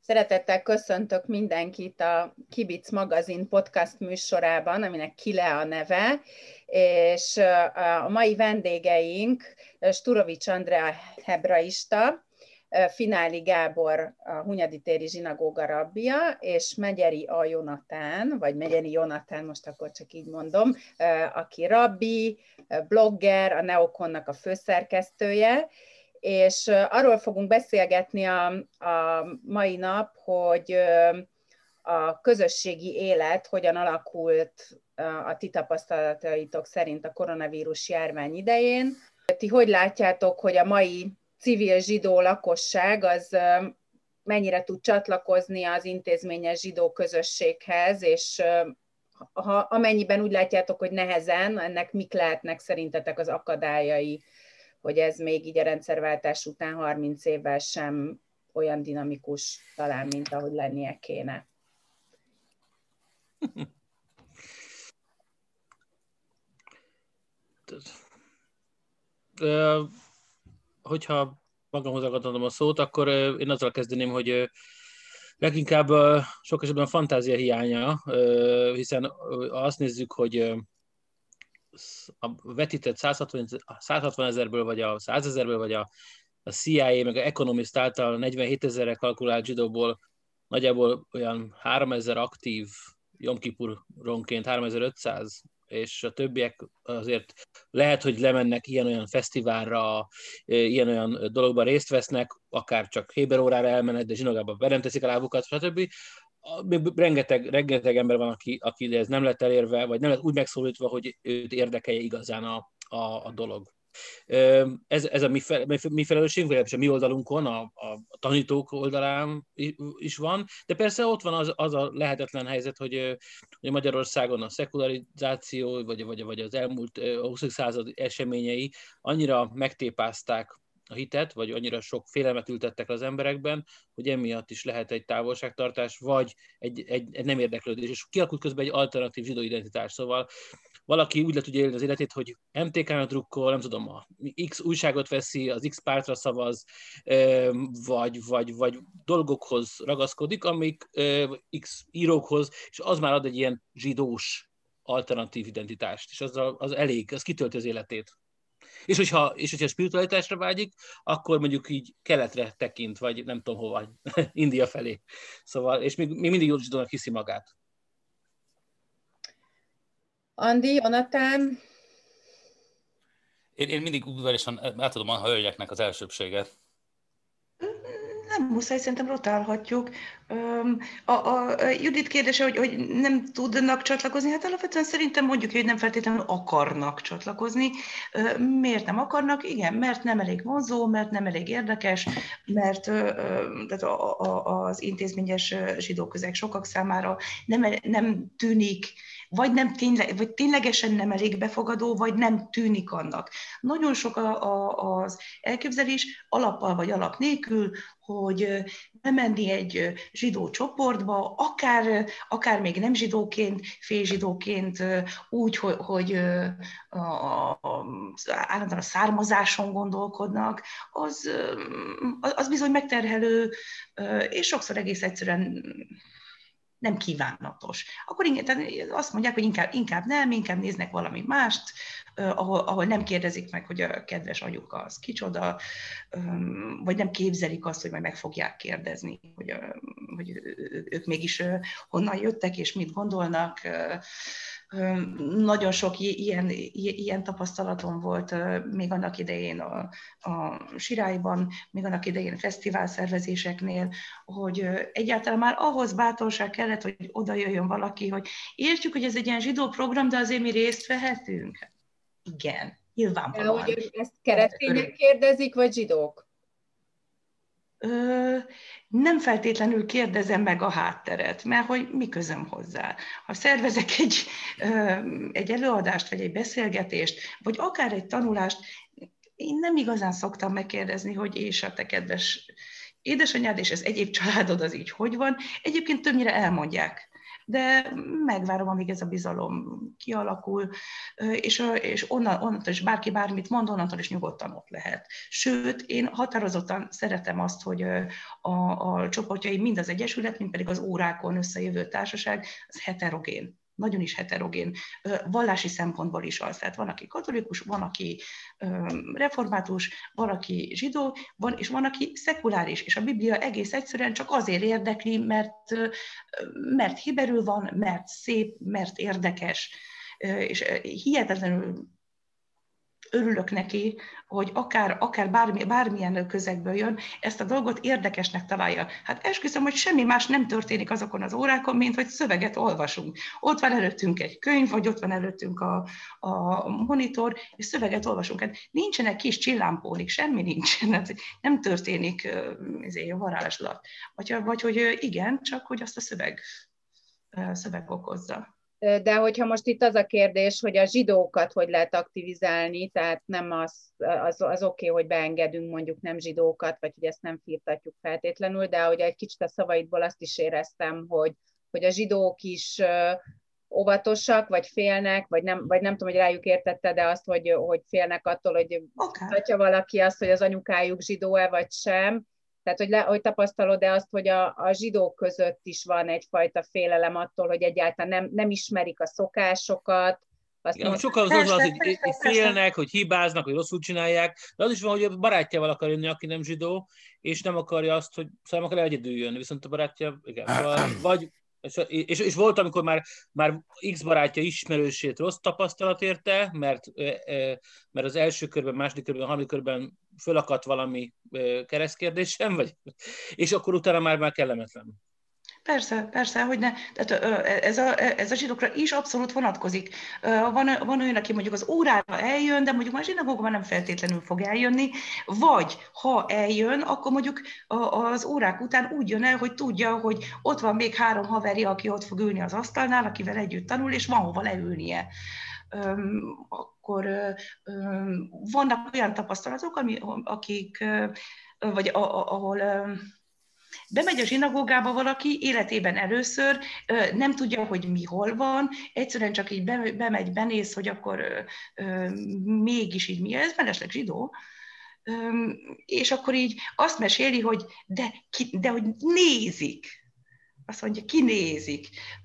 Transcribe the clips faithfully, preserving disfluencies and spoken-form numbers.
Szeretettel köszöntök mindenkit a Kibic magazin podcast műsorában, aminek Kile a neve, és a mai vendégeink Sturovics Andrea hebraista, Fináli Gábor a Hunyadi téri zsinagóga rabbija, és Megyeri A. Jonatán, vagy Megyeri Jonatán, most akkor csak így mondom, aki rabbi, blogger, a Neokonnak a főszerkesztője, és arról fogunk beszélgetni a, a mai nap, hogy a közösségi élet hogyan alakult a ti tapasztalataitok szerint a koronavírus járvány idején. Ti hogy látjátok, hogy a mai civil zsidó lakosság az mennyire tud csatlakozni az intézményes zsidó közösséghez, és ha, amennyiben úgy látjátok, hogy nehezen, ennek mik lehetnek szerintetek az akadályai, hogy ez még így a rendszerváltás után harminc évvel sem olyan dinamikus talán, mint ahogy lennie kéne. Hogyha magamhoz ragadom a szót, akkor én azzal kezdeném, hogy leginkább sok esetben a fantázia hiánya, hiszen azt nézzük, hogy a vetített száz hatvan ezerből, vagy a száz ezerből, vagy a, a C I A, meg a Economist által negyvenhét ezerre kalkulált zsidóból nagyjából olyan háromezer aktív Jom Kipuronként, háromezer-ötszáz, és a többiek azért lehet, hogy lemennek ilyen-olyan fesztiválra, ilyen-olyan dologban részt vesznek, akár csak Héber órára elmennek, de zsinagógában be nem teszik a lábukat, stb. Rengeteg, rengeteg ember van, aki, aki ez nem lett elérve, vagy nem lett úgy megszólítva, hogy őt érdekelje igazán a, a, a dolog. Ez, ez a mi, fel, mi felelősségünk, vagy a mi oldalunkon, a, a tanítók oldalán is van, de persze ott van az, az a lehetetlen helyzet, hogy, hogy Magyarországon a szekularizáció, vagy, vagy, vagy az elmúlt huszadik század eseményei annyira megtépázták a hitet, vagy annyira sok félelmet ültettek az emberekben, hogy emiatt is lehet egy távolságtartás, vagy egy, egy, egy nem érdeklődés. És kialakult közben egy alternatív zsidó identitás. Szóval valaki úgy le tudja élni az életét, hogy em té ká-nak drukkol, nem tudom, a X újságot veszi, az X pártra szavaz, vagy, vagy, vagy dolgokhoz ragaszkodik, amik X írókhoz, és az már ad egy ilyen zsidós alternatív identitást, és az, a, az elég, az kitölti az életét. És hogyha, és hogyha spiritualitásra vágyik, akkor mondjuk így keletre tekint, vagy nem tudom hova, India felé. Szóval, és még, még mindig jól zsidónak hiszi magát. Andi, Jonatán? Én, én mindig udvariasan átadom a hölgyeknek az elsőbséget. Nem muszáj, szerintem rotálhatjuk. A, a, a Judit kérdése, hogy, hogy nem tudnak csatlakozni, hát alapvetően szerintem mondjuk, hogy nem feltétlenül akarnak csatlakozni. Miért nem akarnak? Igen, mert nem elég vonzó, mert nem elég érdekes, mert tehát a, a, az intézményes zsidó közeg sokak számára nem, nem tűnik, vagy, nem tényleg, vagy ténylegesen nem elég befogadó, vagy nem tűnik annak. Nagyon sok a, a, az elképzelés alappal vagy alap nélkül, hogy bemenni egy zsidó csoportba, akár, akár még nem zsidóként, félzsidóként, úgy, hogy, hogy a, a, állandóan a származáson gondolkodnak, az, az bizony megterhelő, és sokszor egész egyszerűen nem kívánatos. Akkor azt mondják, hogy inkább, inkább nem, inkább néznek valami mást, ahol, ahol nem kérdezik meg, hogy a kedves anyuka az kicsoda, vagy nem képzelik azt, hogy majd meg fogják kérdezni, hogy, hogy ők mégis honnan jöttek, és mit gondolnak. Nagyon sok ilyen, ilyen tapasztalatom volt még annak idején a, a Sirályban, még annak idején fesztivál szervezéseknél, hogy egyáltalán már ahhoz bátorság kellett, hogy oda jöjjön valaki, hogy értjük, hogy ez egy ilyen zsidó program, de azért mi részt vehetünk. Igen, nyilvánvalóan. De, hogy ezt keresztények kérdezik, vagy zsidók? Ö, nem feltétlenül kérdezem meg a hátteret, mert hogy mi közöm hozzá. Ha szervezek egy, ö, egy előadást, vagy egy beszélgetést, vagy akár egy tanulást, én nem igazán szoktam megkérdezni, hogy és a te kedves édesanyád és az egyéb családod az így hogy van. Egyébként többnyire elmondják. de megvárom, amíg ez a bizalom kialakul, és, és onnan, onnantól is bárki bármit mond, onnantól is nyugodtan ott lehet. Sőt, én határozottan szeretem azt, hogy a, a csoportjaim mind az egyesület, mind pedig az órákon összejövő társaság, az heterogén. Nagyon is heterogén, vallási szempontból is az. Tehát van, aki katolikus, van, aki református, van, aki zsidó, van, és van, aki szekuláris. És a Biblia egész egyszerűen csak azért érdekli, mert, mert hiberül van, mert szép, mert érdekes. És hihetetlenül örülök neki, hogy akár, akár bármi, bármilyen közegből jön, ezt a dolgot érdekesnek találja. Hát esküszöm, hogy semmi más nem történik azokon az órákon, mint hogy szöveget olvasunk. Ott van előttünk egy könyv, vagy ott van előttünk a, a monitor, és szöveget olvasunk. Hát nincsenek kis csillámpónik, semmi nincsen. Hát nem történik ezért a varázs alatt. Vagy, vagy hogy igen, csak hogy azt a szöveg, szöveg okozza. De hogyha most itt az a kérdés, hogy a zsidókat hogy lehet aktivizálni, tehát nem az, az, az oké, okay, hogy beengedünk mondjuk nem zsidókat, vagy hogy ezt nem firtatjuk feltétlenül, de hogy egy kicsit a szavaidból azt is éreztem, hogy, hogy a zsidók is óvatosak, vagy félnek, vagy nem, vagy nem tudom, hogy rájuk értette, de azt, hogy, hogy félnek attól, hogy tudja valaki azt, hogy az anyukájuk zsidó-e, vagy sem. Tehát, hogy, le, hogy tapasztalod-e azt, hogy a, a zsidók között is van egyfajta félelem attól, hogy egyáltalán nem, nem ismerik a szokásokat. Azt Igen, mond... sokkal az az, az, hogy félnek, hogy hibáznak, hogy rosszul csinálják, de az is van, hogy a barátjával akar jönni, aki nem zsidó, és nem akarja azt, hogy szóval akar egyedül jönni, viszont a barátja, igen, szóval, vagy, és, és volt, amikor már, már X barátja ismerősét rossz tapasztalat érte, mert, mert az első körben, második körben, harmadik körben fölakadt valami keresztkérdésem, vagy, és akkor utána már, már kellemetlen. Persze, persze, hogy ne. Tehát ez a, ez a zsidókra is abszolút vonatkozik. Van, van olyan, aki mondjuk az órára eljön, de mondjuk már zsinagógban nem feltétlenül fog eljönni, vagy ha eljön, akkor mondjuk az órák után úgy jön el, hogy tudja, hogy ott van még három haverja, aki ott fog ülni az asztalnál, akivel együtt tanul, és van hova leülnie. Akkor vannak olyan tapasztalatok, ami, akik, vagy ahol bemegy a zsinagógába valaki életében először, nem tudja, hogy mi hol van, egyszerűen csak így bemegy, benéz, hogy akkor mégis így mi ez, mellesleg zsidó, és akkor így azt meséli, hogy de, ki, de hogy nézik. Azt mondja, kinézik.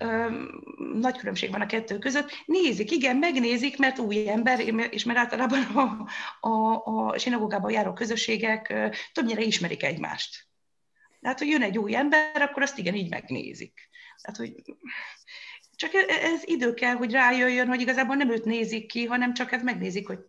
Nagy különbség van a kettő között. Nézik, igen, megnézik, mert új ember, és mert általában a, a, a zsinagógában járó közösségek többnyire ismerik egymást. Tehát, hogy jön egy új ember, akkor azt igen, így megnézik. Tehát, hogy csak ez idő kell, hogy rájöjjön, hogy igazából nem őt nézik ki, hanem csak ezt megnézik, hogy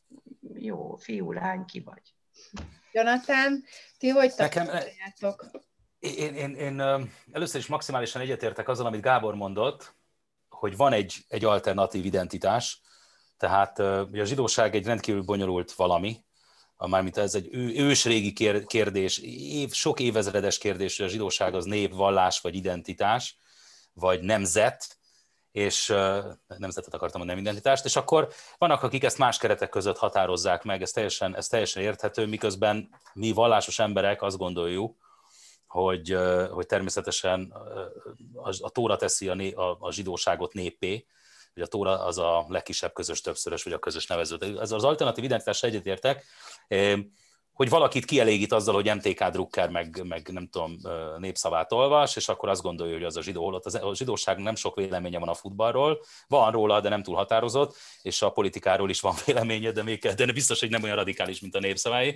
jó, fiú, lány, ki vagy. Jonathan, ti hogy Nekem, tapasztaljátok? Én, én, én először is maximálisan egyetértek azzal, amit Gábor mondott, hogy van egy, egy alternatív identitás, tehát ugye a zsidóság egy rendkívül bonyolult valami, mármint ez egy ősrégi kérdés, év, sok évezredes kérdés, hogy a zsidóság az név, vallás, vagy identitás, vagy nemzet, és nemzetet akartam mondani, nem identitást, és akkor vannak, akik ezt más keretek között határozzák meg, ez teljesen, ez teljesen érthető, miközben mi vallásos emberek azt gondoljuk, hogy, hogy természetesen a, a Tóra teszi a, né, a, a zsidóságot néppé, hogy a Tóra az a legkisebb közös többszörös, vagy a közös nevező. Ez az alternatív identitásra egyetértek, hogy valakit kielégít azzal, hogy em té ká Drucker, meg, meg nem tudom, népszavát olvas, és akkor azt gondolja, hogy az a zsidó holott. A zsidóság nem sok véleménye van a futballról, van róla, de nem túl határozott, és a politikáról is van véleménye, de, még, de biztos, hogy nem olyan radikális, mint a népszavái.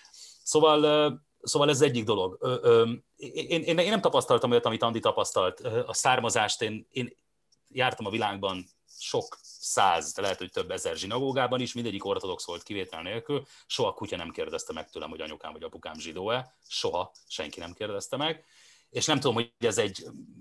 Szóval, szóval ez egyik dolog. Én, én, én nem tapasztaltam olyat, amit Andi tapasztalt. A származást én, én jártam a világban sok száz, de lehet, hogy több ezer zsinagógában is, mindegyik ortodox volt kivétel nélkül, soha kutya nem kérdezte meg tőlem, hogy anyukám vagy apukám zsidó-e, soha senki nem kérdezte meg, és nem tudom, hogy ez egy,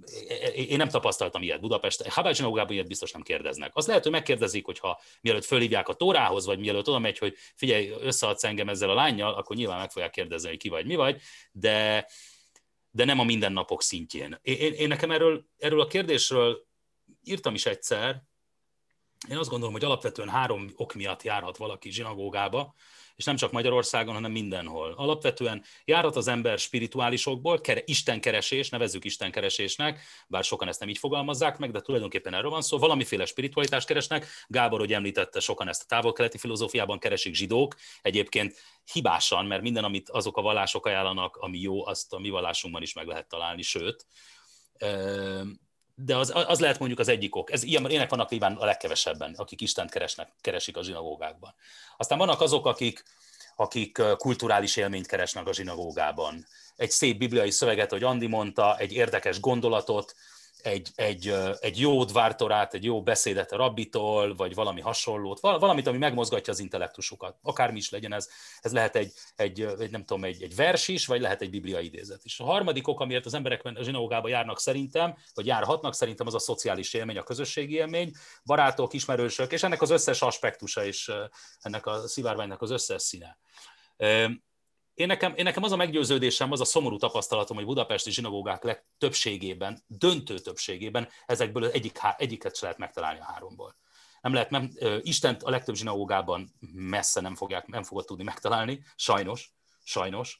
én nem tapasztaltam ilyet Budapesten, Habály zsinagógában ilyet biztos nem kérdeznek. Az lehet, hogy megkérdezik, hogyha mielőtt fölhívják a Tórához, vagy mielőtt oda megy, hogy figyelj, összeadsz engem ezzel a lánnyal, akkor nyilván meg fogják kérdezni, hogy ki vagy, mi vagy, de, de nem a mindennapok szintjén. Én, én nekem erről, erről a kérdésről írtam is egyszer, Én azt gondolom, hogy alapvetően három ok miatt járhat valaki zsinagógába, és nem csak Magyarországon, hanem mindenhol. Alapvetően járhat az ember spirituálisokból, istenkeresés, nevezzük istenkeresésnek, bár sokan ezt nem így fogalmazzák meg, de tulajdonképpen erről van szó, valamiféle spiritualitást keresnek. Gábor, hogy említette, sokan ezt a távol-keleti filozófiában keresik, zsidók, egyébként hibásan, mert minden, amit azok a vallások ajánlanak, ami jó, azt a mi vallásunkban is meg lehet találni, sőt, de az, az lehet mondjuk az egyik ok. Ez ilyen, ilyenek vannak nyilván a legkevesebben, akik Istent keresnek, keresik a zsinagógákban. Aztán vannak azok, akik, akik kulturális élményt keresnek a zsinagógában. Egy szép bibliai szöveget, hogy Andi mondta, egy érdekes gondolatot, egy, egy, egy jó dvártorát, egy jó beszédet a rabbitól, vagy valami hasonlót, valamit, ami megmozgatja az intellektusukat. Akármi is legyen ez, ez lehet egy, egy, egy nem tudom, egy, egy vers is, vagy lehet egy bibliai idézet is. A harmadik ok, amiért az emberek a zsinagógába járnak szerintem, vagy járhatnak szerintem, az a szociális élmény, a közösségi élmény, barátok, ismerősök, és ennek az összes aspektusa és ennek a szivárványnak az összes színe. Én nekem, én nekem az a meggyőződésem, az a szomorú tapasztalatom, hogy budapesti zsinagógák legtöbbségében, döntő többségében ezekből egyik, egyiket se lehet megtalálni a háromból. Nem lehet, nem, Istent a legtöbb zsinagógában messze nem, fogják, nem fogod tudni megtalálni, sajnos, sajnos.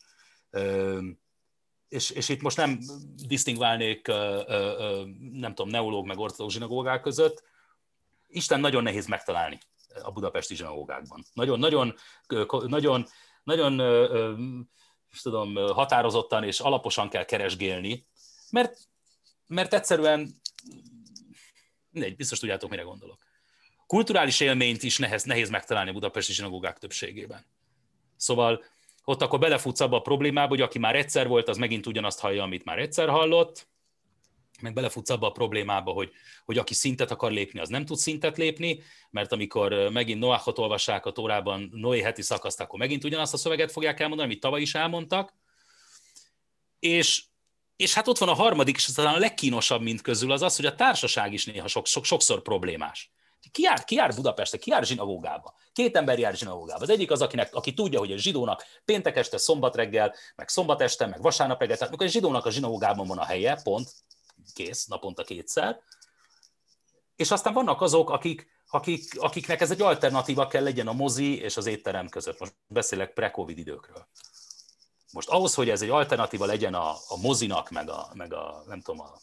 És, és itt most nem disztingválnék, nem tudom, neológ meg ortodox zsinagógák között. Isten nagyon nehéz megtalálni a budapesti zsinagógákban. Nagyon, nagyon, nagyon nagyon tudom, határozottan és alaposan kell keresgélni, mert, mert egyszerűen, mindegy, biztos tudjátok, mire gondolok. Kulturális élményt is nehéz, nehéz megtalálni a budapesti zsinagógák többségében. Szóval ott akkor belefutsz abba a problémába, hogy aki már egyszer volt, az megint ugyanazt hallja, amit már egyszer hallott, meg belefutsz abba a problémába, hogy, hogy aki szintet akar lépni, az nem tud szintet lépni, mert amikor megint Noachot olvassák a Tórában, Noé heti szakaszt, akkor megint ugyanazt a szöveget fogják elmondani, amit tavaly is elmondtak. És, és hát ott van a harmadik, és talán a legkínosabb mint közül az az, hogy a társaság is néha sok, sok, sokszor problémás. Ki jár, ki jár Budapestre, ki jár zsinagógába? Két ember jár zsinagógába. Az egyik az, akinek, aki tudja, hogy egy zsidónak péntek este, szombat reggel, meg szombat este, meg vasárnap reggel, tehát amikor egy zsidónak a zsinagógában van a helye, pont, kész, naponta kétszer. És aztán vannak azok, akik, akik, akiknek ez egy alternatíva kell legyen a mozi és az étterem között. Most beszélek pre-covid időkről. Most ahhoz, hogy ez egy alternatíva legyen a, a mozinak, meg a, meg a, nem tudom, a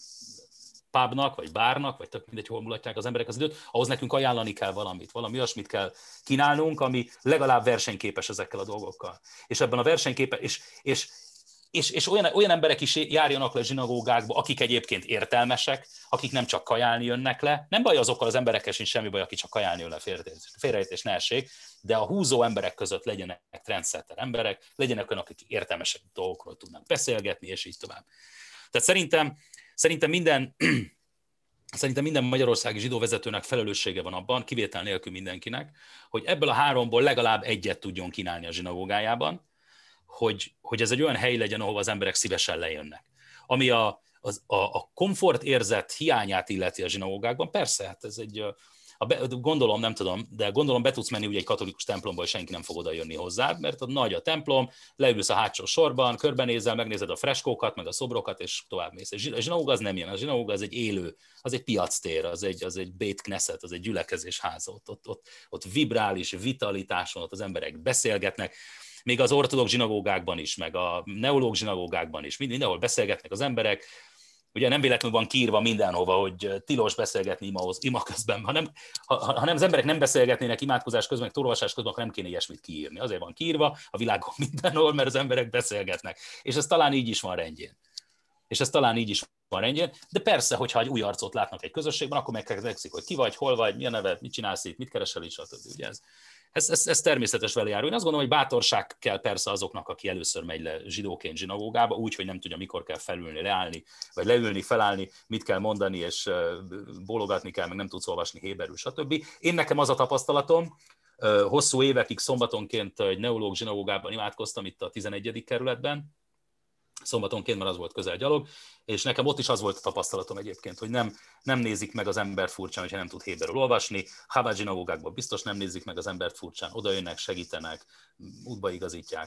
pubnak, vagy bárnak, vagy tök mindegy, hol mulatják az emberek az időt, ahhoz nekünk ajánlani kell valamit, valami olyasmit kell kínálnunk, ami legalább versenyképes ezekkel a dolgokkal. És ebben a versenyképes, és, és És, és olyan, olyan emberek is járjanak le zsinagógákba, akik egyébként értelmesek, akik nem csak kajálni jönnek le. Nem baj azokkal az emberekkel sincs semmi baj, aki csak kajálni jön le, félreértés ne essék, de a húzó emberek között legyenek trendsetter emberek, legyenek olyanok, akik értelmesek dolgokról tudnak beszélgetni, és így tovább. Tehát szerintem, szerintem minden... Szerintem minden magyarországi zsidóvezetőnek felelőssége van abban, kivétel nélkül mindenkinek, hogy ebből a háromból legalább egyet tudjon kínálni a zsinagógájában, Hogy, hogy ez egy olyan hely legyen, ahova az emberek szívesen lejönnek. Ami a, az, a, a komfort érzet hiányát illeti a zsinagógákban, persze, hát ez egy, a, a, gondolom, nem tudom, de gondolom be tudsz menni ugye egy katolikus templomba, és senki nem fog oda jönni hozzád, mert a nagy a templom, leülsz a hátsó sorban, körbenézel, megnézed a freskókat, meg a szobrokat, és tovább mész. A zsinagóga az nem ilyen, a zsinagóga az egy élő, az egy piactér, az egy, az egy Bét Knesset, az egy gyülekezésház, ott, ott, ott, ott vibrális, vitalitás van, ott az emberek beszélgetnek, még az ortodox zsinagógákban is, meg a neológ zsinagógákban is, mindenhol beszélgetnek az emberek. Ugye nem véletlenül van kiírva mindenhova, hogy tilos beszélgetni imahoz, ima közben. Ha nem, ha, ha nem az emberek nem beszélgetnének imádkozás közben, meg tórolvasás közben, akkor nem kéne ilyesmit kiírni. Azért van kiírva a világon mindenhol, mert az emberek beszélgetnek. És ez talán így is van rendjén. És ez talán így is van rendjén. De persze, hogyha egy új arcot látnak egy közösségben, akkor megkezdik, hogy ki vagy, hol vagy, mi a neved, mit csinálsz itt, mit keresel itt, stb. Ugye ez, ez, ez, ez természetes vele járó. Én azt gondolom, hogy bátorság kell persze azoknak, aki először megy le zsidóként zsinagógába, úgy, hogy nem tudja, mikor kell felülni, leállni, vagy leülni, felállni, mit kell mondani, és bólogatni kell, meg nem tudsz olvasni héberül, stb. Én nekem az a tapasztalatom, hosszú évekig szombatonként egy neológ zsinagógában imádkoztam itt a tizenegyedik kerületben, szombatonként, mert az volt közel gyalog, és nekem ott is az volt a tapasztalatom egyébként, hogy nem, nem nézik meg az embert furcsán, hogyha nem tud héberül olvasni. Chabad zsinagógákban biztos nem nézik meg az embert furcsán, oda jönnek, segítenek, útba igazítják.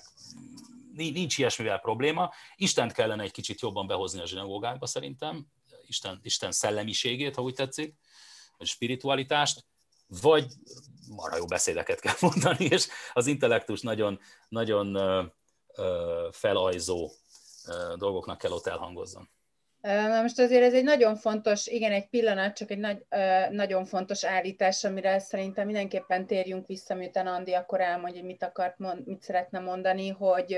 Nincs ilyesmivel probléma. Istent kellene egy kicsit jobban behozni a zsinagógákba szerintem, Isten, Isten szellemiségét, ha úgy tetszik, vagy spiritualitást. vagy marha jó beszédeket kell mondani, és az intellektus nagyon, nagyon felajzó dolgoknak kell ott elhangozzon. Na most azért ez egy nagyon fontos, igen, egy pillanat, csak egy nagy, nagyon fontos állítás, amire szerintem mindenképpen térjünk vissza, miután Andi akkor elmondja, hogy mit akart, mond, mit szeretne mondani, hogy,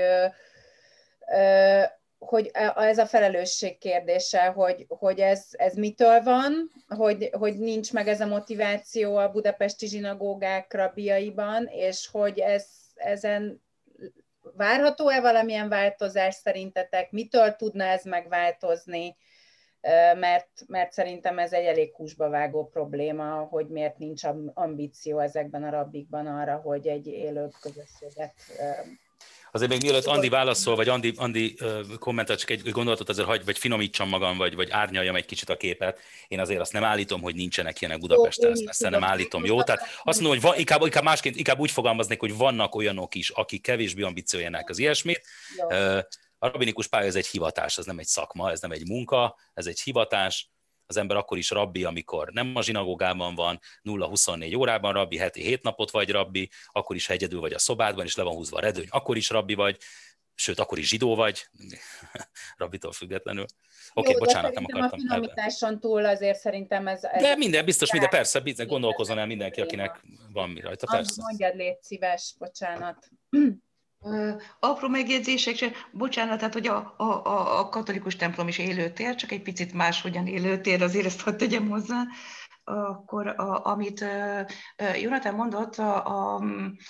hogy ez a felelősség kérdése, hogy, hogy ez, ez mitől van, hogy, hogy nincs meg ez a motiváció a budapesti zsinagógák rabbiaiban, és hogy ez, ezen várható-e valamilyen változás szerintetek? Mitől tudna ez megváltozni? Mert, mert szerintem ez egy elég húsba vágó probléma, hogy miért nincs ambíció ezekben a rabbikban arra, hogy egy élőbb közösséget... Azért még mielőtt Andi válaszol, vagy Andi, Andi kommentel, csak egy gondolatot azért hagy, vagy finomítsam magam, vagy, vagy árnyaljam egy kicsit a képet. Én azért azt nem állítom, hogy nincsenek ilyenek Budapesten, ezt, ezt nem állítom, jó? Tehát azt mondom, hogy van, inkább, inkább másként, inkább úgy fogalmaznék, hogy vannak olyanok is, akik kevésbé ambíciójának az ilyesmit. A rabbinikus pálya ez egy hivatás, ez nem egy szakma, ez nem egy munka, ez egy hivatás. Az ember akkor is rabbi, amikor nem a zsinagógában van, nulla huszonnégy órában rabbi, heti hét napot vagy rabbi, akkor is, ha egyedül vagy a szobádban, és le van húzva a redőny, akkor is rabbi vagy, sőt, akkor is zsidó vagy, rabbitól függetlenül. Oké, okay, bocsánat, nem akartam. A finomításon túl azért szerintem ez... ez de minden, biztos, minden, persze, biztos, gondolkozzon el mindenki, akinek van mi rajta, persze. Mondjad, légy szíves, bocsánat. Uh, apró megjegyzések, bocsánat, tehát hogy a, a, a katolikus templom is élőtér, csak egy picit máshogyan élőtér, azért ezt hadd tegyem hozzá. Akkor a, amit uh, Jonathan mondott, a, a,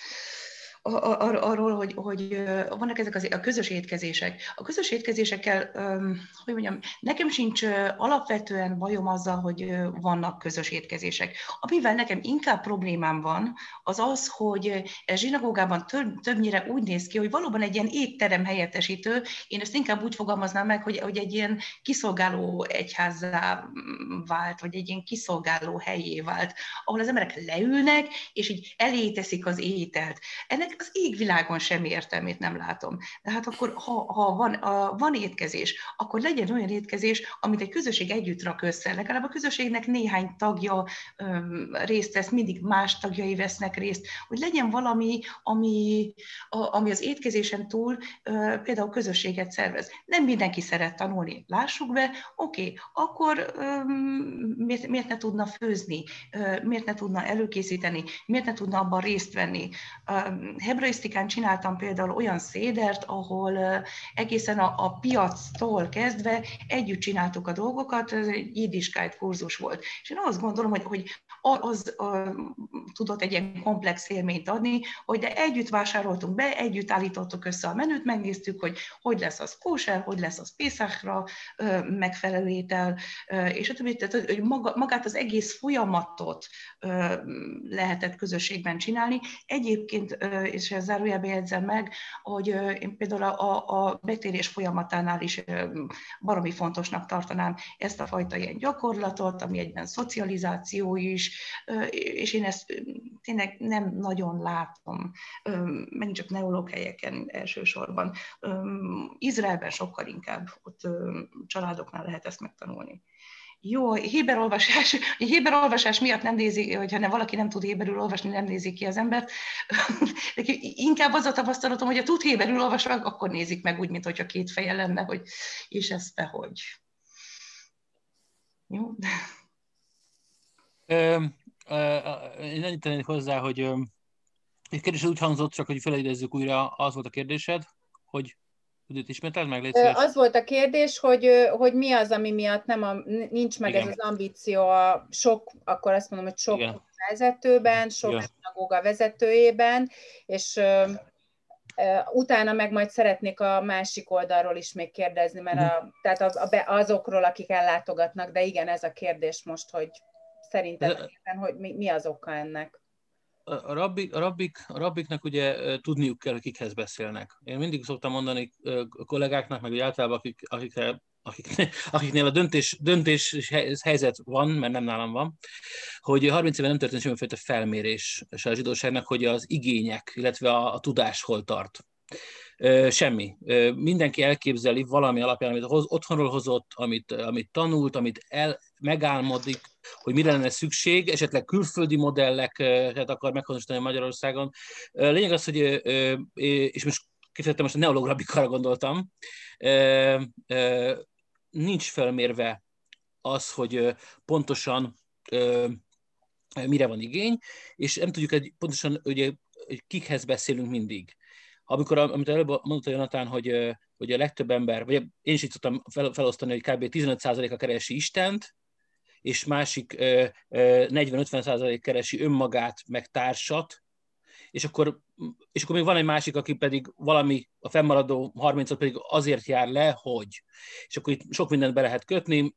a, arról, hogy, hogy vannak ezek az, a közös étkezések. A közös étkezésekkel, hogy mondjam, nekem sincs alapvetően bajom azzal, hogy vannak közös étkezések. Amivel nekem inkább problémám van, az az, hogy ez zsinagógában több, többnyire úgy néz ki, hogy valóban egy ilyen étterem helyettesítő, én ezt inkább úgy fogalmaznám meg, hogy, hogy egy ilyen kiszolgáló egyházzá vált, vagy egy ilyen kiszolgáló helyé vált, ahol az emberek leülnek, és így elé teszik az ételt. Ennek az égvilágon semmi értelmét nem látom. De hát akkor, ha, ha van, a, van étkezés, akkor legyen olyan étkezés, amit egy közösség együtt rak össze. Legalább a közösségnek néhány tagja öm, részt vesz, mindig más tagjai vesznek részt, hogy legyen valami, ami, a, ami az étkezésen túl ö, például közösséget szervez. Nem mindenki szeret tanulni, lássuk be, oké, okay, akkor öm, miért, miért ne tudna főzni, ö, miért ne tudna előkészíteni, miért ne tudna abban részt venni. Öm, hebraisztikán csináltam például olyan szédert, ahol egészen a, a piactól kezdve együtt csináltuk a dolgokat, ez egy Jiddischkeit kurzus volt. És én azt gondolom, hogy, hogy az uh, tudott egy ilyen komplex élményt adni, hogy de együtt vásároltunk be, együtt állítottuk össze a menüt, megnéztük, hogy hogy lesz az kóser, hogy lesz az Pészachra uh, megfelelő étel, uh, és a többi, tehát hogy maga, magát az egész folyamatot uh, lehetett közösségben csinálni. Egyébként, uh, és ezt zárójelbe jegyzem meg, hogy uh, én például a, a betérés folyamatánál is uh, baromi fontosnak tartanám ezt a fajta ilyen gyakorlatot, ami egyben szocializáció is, és én ezt tényleg nem nagyon látom, megint csak neológ helyeken elsősorban. Izraelben sokkal inkább, ott családoknál lehet ezt megtanulni. Jó, héber olvasás, héber olvasás miatt nem nézi, hogyha nem, valaki nem tud héberül olvasni, nem nézik ki az embert. Inkább az a tapasztalatom, hogy ha tud héberül olvasni, akkor nézik meg úgy, mint hogyha két feje lenne, hogy és ez te hogy. Jó? Én annyit tennék hozzá, hogy egy kérdés úgy hangzott, csak hogy felidézzük újra, az volt a kérdésed, hogy Judit, ismételd meg, légy szíves. Az volt a kérdés, hogy, hogy mi az, ami miatt nem a, nincs meg igen. Ez az ambíció a sok, akkor azt mondom, hogy sok igen. Vezetőben, sok zsinagóga vezetőjében, és uh, uh, utána meg majd szeretnék a másik oldalról is még kérdezni, mert a, tehát az, a, azokról, akik ellátogatnak, de igen, ez a kérdés most, hogy szerinted, hogy mi, mi az oka ennek? A, rabbik, a, rabbik, a rabbiknak ugye tudniuk kell, kikhez beszélnek. Én mindig szoktam mondani a kollégáknak, meg általában akik, akikre, akiknél, akiknél a döntés, döntés helyzet van, mert nem nálam van, hogy harminc éve nem történt semmifajta felmérés a zsidóságnak, hogy az igények, illetve a, a tudás hol tart. Semmi. Mindenki elképzeli valami alapján, amit otthonról hozott, amit, amit tanult, amit el, megálmodik, hogy mire lenne szükség, esetleg külföldi modelleket akar meghonosítani Magyarországon. Lényeg az, hogy, és most kifejezetten most a neológrabikára gondoltam, nincs felmérve az, hogy pontosan mire van igény, és nem tudjuk egy, pontosan, ugye, kikhez beszélünk mindig. Amikor, amit előbb mondta Jonathan, hogy, hogy a legtöbb ember, vagy én is így tudtam fel, felosztani, hogy kb. tizenöt százaléka keresi Istent, és másik negyven-ötven százalék keresi önmagát, meg társat, és akkor, és akkor még van egy másik, aki pedig valami, a fennmaradó harmincot pedig azért jár le, hogy. És akkor itt sok mindent be lehet kötni,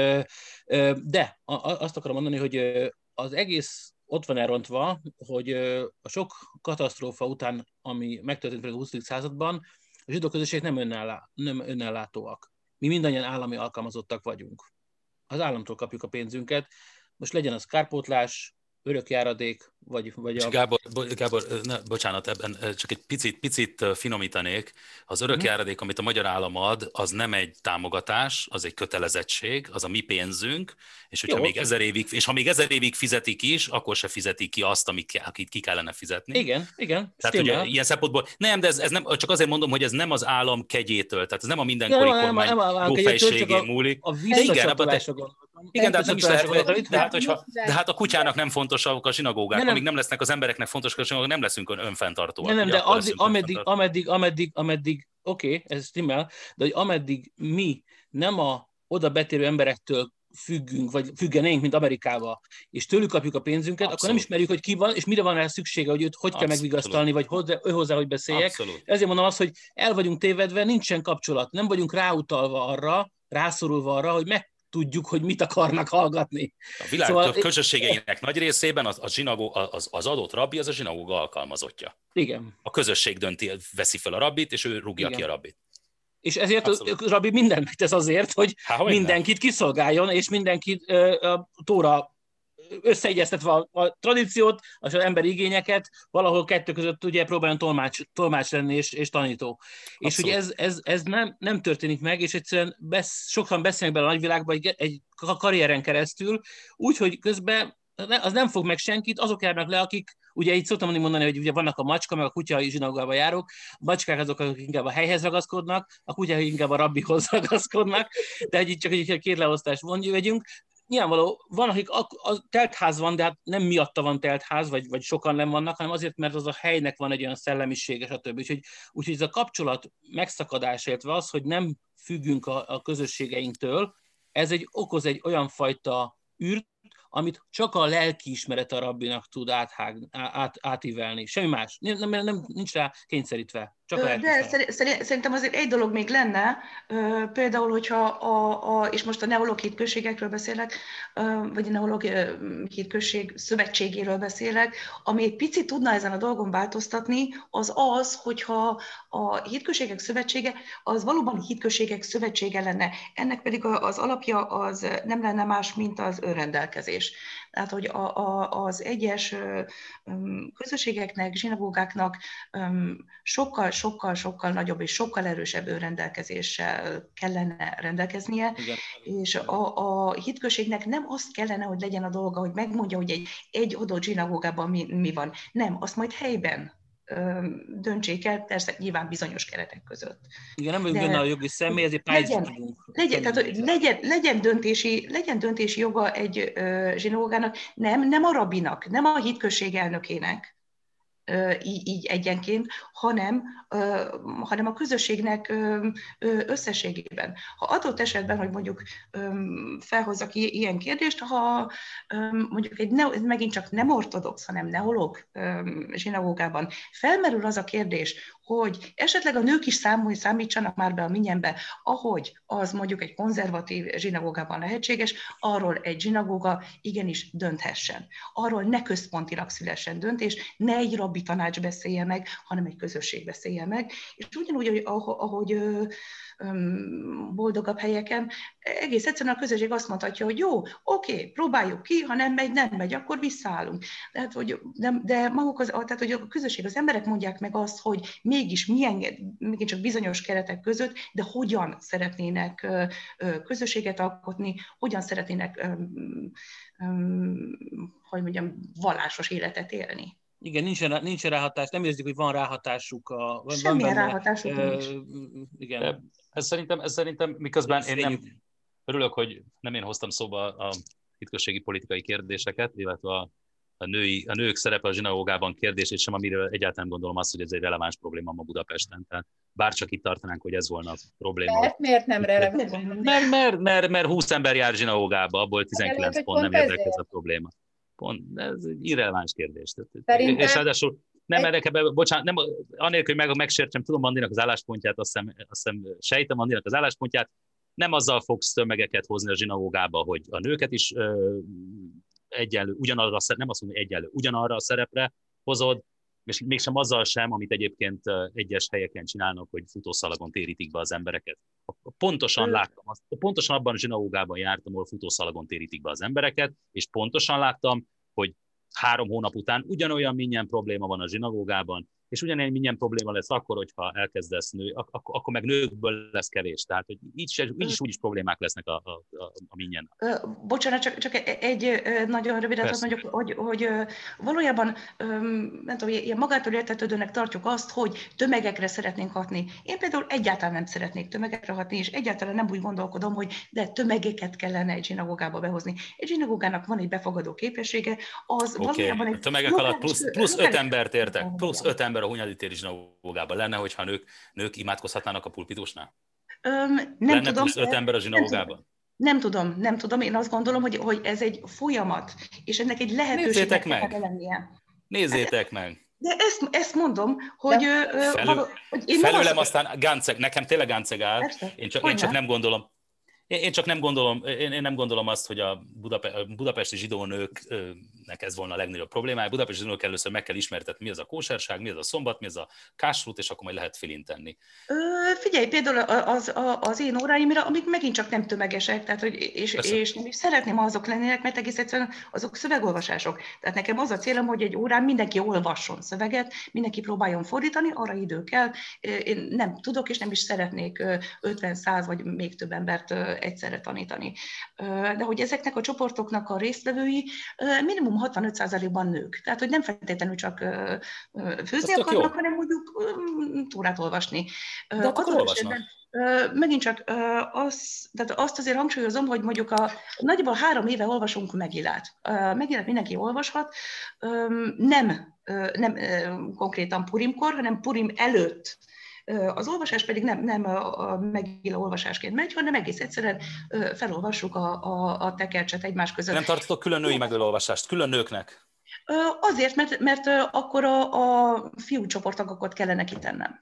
de azt akarom mondani, hogy az egész ott van elrontva, hogy a sok katasztrófa után, ami megtörtént a huszadik században, a zsidó közösségek nem, önállá, nem önellátóak. Mi mindannyian állami alkalmazottak vagyunk. Az államtól kapjuk a pénzünket. Most legyen az kárpótlás, örökjáradék, vagy, vagy a... Gábor, Gábor ne, bocsánat, ebben csak egy picit, picit finomítanék. Az örökjáradék, amit a magyar állam ad, az nem egy támogatás, az egy kötelezettség, az a mi pénzünk, és hogyha még ezer évig, és ha még ezer évig fizetik is, akkor se fizetik ki azt, amit, akit ki kellene fizetni. Igen, igen. Tehát ugye ilyen szempontból, nem, de ez, ez nem, csak azért mondom, hogy ez nem az állam kegyétől, tehát ez nem a mindenkori ja, kormány jófejségén múlik. A visszacsatolásra gondoltam. Igen, de hát nem is lehet, de hát, hogyha, de hát a kutyának nem fontosak a zsinagógák, nem, amíg nem lesznek az embereknek fontos, hogy nem leszünk önfenntartóak. Nem, nem, de addig, ameddig, ameddig, ameddig, ameddig, oké, okay, ez stimmel, de hogy ameddig mi nem a oda betérő emberektől függünk, vagy függenénk, mint Amerikába, és tőlük kapjuk a pénzünket, abszolút. Akkor nem ismerjük, hogy ki van, és mire van rá szüksége, hogy őt hogy abszolút. Kell megvigasztalni, vagy hozzá, ő hozzá, hogy beszéljek. Abszolút. Ezért mondom azt, hogy el vagyunk tévedve, nincsen kapcsolat, nem vagyunk ráutalva arra, rászorulva arra, hogy meg tudjuk, hogy mit akarnak hallgatni. A világ szóval, közösségeinek nagy részében az, a zsinagó, az, az adott rabbi, az a zsinagóga alkalmazottja. Igen. A közösség dönti, veszi fel a rabbit, és ő rúgja Igen. ki a rabbit. És ezért abszolút. A rabbi mindent megtesz azért, hogy Há, mindenkit kiszolgáljon, és mindenkit a Tóra összeegyeztetve a, a tradíciót, az emberi igényeket, valahol kettő között ugye próbáljon tolmács, tolmács lenni és, és tanító. Abszolút. És hogy ez, ez, ez nem, nem történik meg, és egyszerűen besz, sokan beszélnek bele a nagyvilágban egy, egy karrieren keresztül, úgyhogy közben az nem fog meg senkit, azok járnak le, akik, ugye így szoktam mondani, hogy ugye vannak a macska, meg a kutya zsinagógába járok, a macskák azok, akik inkább a helyhez ragaszkodnak, a kutyák inkább a rabbihoz ragaszkodnak, de így csak egy két leosztást vegyünk. Nyilvánvaló, van, akik a, a teltház van, de hát nem miatta van teltház, vagy, vagy sokan nem vannak, hanem azért, mert az a helynek van egy olyan szellemisége, stb. Úgyhogy, úgyhogy ez a kapcsolat megszakadása, illetve az, hogy nem függünk a, a közösségeinktől, ez egy, okoz egy olyan fajta űrt, amit csak a lelkiismeret a rabbinak tud áthág, át, átívelni. Semmi más. Nem, nem, nem, nincs rá kényszerítve. Csak a De szerintem azért egy dolog még lenne, például, hogyha, a, a, és most a neológ hitközségekről beszélek, vagy a neológ hitközség szövetségéről beszélek, ami egy picit tudna ezen a dolgon változtatni, az az, hogyha a hitközségek szövetsége, az valóban hitközségek szövetsége lenne. Ennek pedig az alapja az nem lenne más, mint az önrendelkezés. Tehát, hogy a, a, az egyes közösségeknek, zsinagógáknak sokkal, sokkal, sokkal nagyobb és sokkal erősebb önrendelkezéssel kellene rendelkeznie, igen. És a, a hitközségnek nem azt kellene, hogy legyen a dolga, hogy megmondja, hogy egy, egy adott zsinagógában mi, mi van. Nem, azt majd helyben döntsék el, persze nyilván bizonyos keretek között. Igen, nem vagyunk benne a jogi személy, ezért pályázni tudunk. Legyen, tehát, legyen, legyen, döntési, legyen döntési joga egy uh, zsinagógának, nem, nem a rabbinak, nem a hitközség elnökének, így, így egyenként, hanem, hanem a közösségnek összességében. Ha adott esetben, hogy mondjuk felhozzak ilyen kérdést, ha mondjuk egy ne, megint csak nem ortodox, hanem neológ zsinagógában felmerül az a kérdés, hogy esetleg a nők is számol, számítsanak már be a minyenbe, ahogy az mondjuk egy konzervatív zsinagógában lehetséges, arról egy zsinagóga igenis dönthessen. Arról ne központilag szülessen döntés, ne egy rabbi tanács beszélje meg, hanem egy közösség beszélje meg. És ugyanúgy, ahogy boldogabb helyeken, egész egyszerűen a közösség azt mondhatja, hogy jó, oké, próbáljuk ki, ha nem megy, nem megy, akkor visszaállunk. Tehát, hogy, de, de maguk az, tehát, hogy a közösség, az emberek mondják meg azt, hogy mi mégis milyen, mégis csak bizonyos keretek között, de hogyan szeretnének közösséget alkotni, hogyan szeretnének, hogy mondjam, vallásos életet élni. Igen, nincs, rá, nincs ráhatás, nem érzik, hogy van ráhatásuk. A, van Semmilyen benne, ráhatásuk ö, nincs. Igen. De ez szerintem, ez szerintem miközben én nem örülök, hogy nem én hoztam szóba a hitközségi politikai kérdéseket, illetve a, a, női, a nők szerepe a zsinagógában kérdését sem, amiről egyáltalán gondolom azt, hogy ez egy releváns probléma ma Budapesten. Tehát bárcsak itt tartanánk, hogy ez volna a probléma. Mert miért nem releváns? Mert, mert, mert, mert húsz ember jár zsinagógába, abból tizenkilenc pont, pont nem érdekes ez a probléma. Pont, ez egy irreleváns kérdés. Szerintem... És ráadásul nem erre kell, bocsánat, nem, anélkül, hogy meg, megsértsem, tudom Andinak az álláspontját, azt hiszem, azt hiszem sejtem Andinak az álláspontját, nem azzal fogsz tömegeket hozni a zsinagógába, hogy a nőket is ö, egyenlő, ugyanarra, nem azt mondom, hogy egyenlő, ugyanarra a szerepre hozod, és mégsem azzal sem, amit egyébként egyes helyeken csinálnak, hogy futószalagon térítik be az embereket. Pontosan láttam azt, pontosan abban a zsinagógában jártam, ahol futószalagon térítik be az embereket, és pontosan láttam, hogy három hónap után ugyanolyan milyen probléma van a zsinagógában, és ugyanilyen milyen probléma lesz akkor, hogyha elkezdesz nő, ak- ak- akkor meg nőkből lesz kevés. Tehát, hogy így, se, így is úgy is problémák lesznek a, a, a, a minnyen. Bocsánat, csak, csak egy nagyon rövidet azt mondjuk, hogy, hogy valójában nem tudom, ilyen magától értetődőnek tartjuk azt, hogy tömegekre szeretnénk hatni. Én például egyáltalán nem szeretnék tömegekre hatni, és egyáltalán nem úgy gondolkodom, hogy de tömegeket kellene egy zsinagógába behozni. Egy zsinagógának van egy befogadó képessége, az okay. valójában egy... A tömegek lokális, alatt plusz, plusz öt embert értek, plusz öt ember a Hunyadi téri zsinagógában lenne, hogyha nők, nők imádkozhatnának a pulpitusnál? Öm, nem lenne tudom, plusz öt ember a zsinagógában? Nem tudom, nem tudom. Én azt gondolom, hogy, hogy ez egy folyamat, és ennek egy lehetőségnek kell lennie. Nézzétek meg! De ezt, ezt mondom, hogy... Felül, való, hogy én felőlem aztán Gánceg, nekem tényleg Gánceg áll, én csak, én csak nem gondolom, Én, én csak nem gondolom, én, én nem gondolom azt, hogy a, Budape, a budapesti zsidó nőknek ez volna a legnagyobb problémája. A budapesti zsidó nők először meg kell ismertetni, mi az a kóserság, mi az a szombat, mi az a kashrut, és akkor majd lehet filintenni. Ö, figyelj, például az, az, az én óráimra, amik megint csak nem tömegesek, tehát, hogy, és, és nem is szeretném, ha azok lennének, mert egész egyszerűen azok szövegolvasások. Tehát nekem az a célom, hogy egy órán mindenki olvasson szöveget, mindenki próbáljon fordítani, arra idő kell. Én nem tudok, és nem is szeretnék ötven-száz vagy még több embert egyszerre tanítani. De hogy ezeknek a csoportoknak a résztvevői minimum hatvanöt százalékban nők. Tehát, hogy nem feltétlenül csak főzni akarnak, hanem mondjuk Tórát olvasni. De akkor olvasnak. Megint csak az, tehát azt azért hangsúlyozom, hogy mondjuk a nagyjából három éve olvasunk Megillát. Megillát mindenki olvashat, nem, nem konkrétan Purimkor, hanem Purim előtt. Az olvasás pedig nem, nem a Megilla olvasásként megy, hanem egész egyszerűen felolvassuk a, a, a tekercset egymás között. Nem tartotok külön női megolvasást, külön nőknek? Azért, mert, mert akkor a, a fiú csoporttagokat kellene kitennem.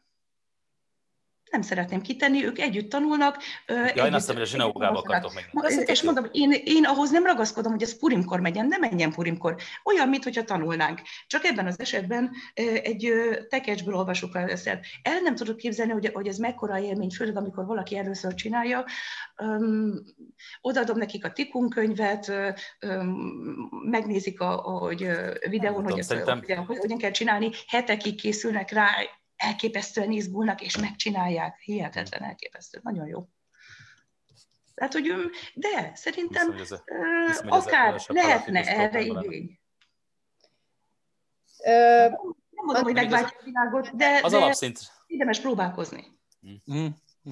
Nem szeretném kitenni, ők együtt tanulnak. Ja, együtt, én azt hiszem, hogy a zsinagógába akartok meg. Na, és mondom, én, én ahhoz nem ragaszkodom, hogy ez Purimkor megyen, nem menjen Purimkor. Olyan, mintha tanulnánk. Csak ebben az esetben egy tekercsből olvasjuk el ezt. El nem tudok képzelni, hogy, hogy ez mekkora élmény, főleg amikor valaki először csinálja. Um, odaadom nekik a Tikkun könyvet, um, megnézik, a, hogy videón, hogy ezt szerintem... hogy, hogyan kell csinálni, hetekig készülnek rá, elképesztően izgulnak, és megcsinálják. Hihetetlen elképesztő. Nagyon jó. Tehát, hogy de szerintem hiszem, uh, hiszem, akár lehetne erre igény. Ö, Nem mondom, hogy megváltja a világot, de, az de alapszint. érdemes próbálkozni. Mm-hmm.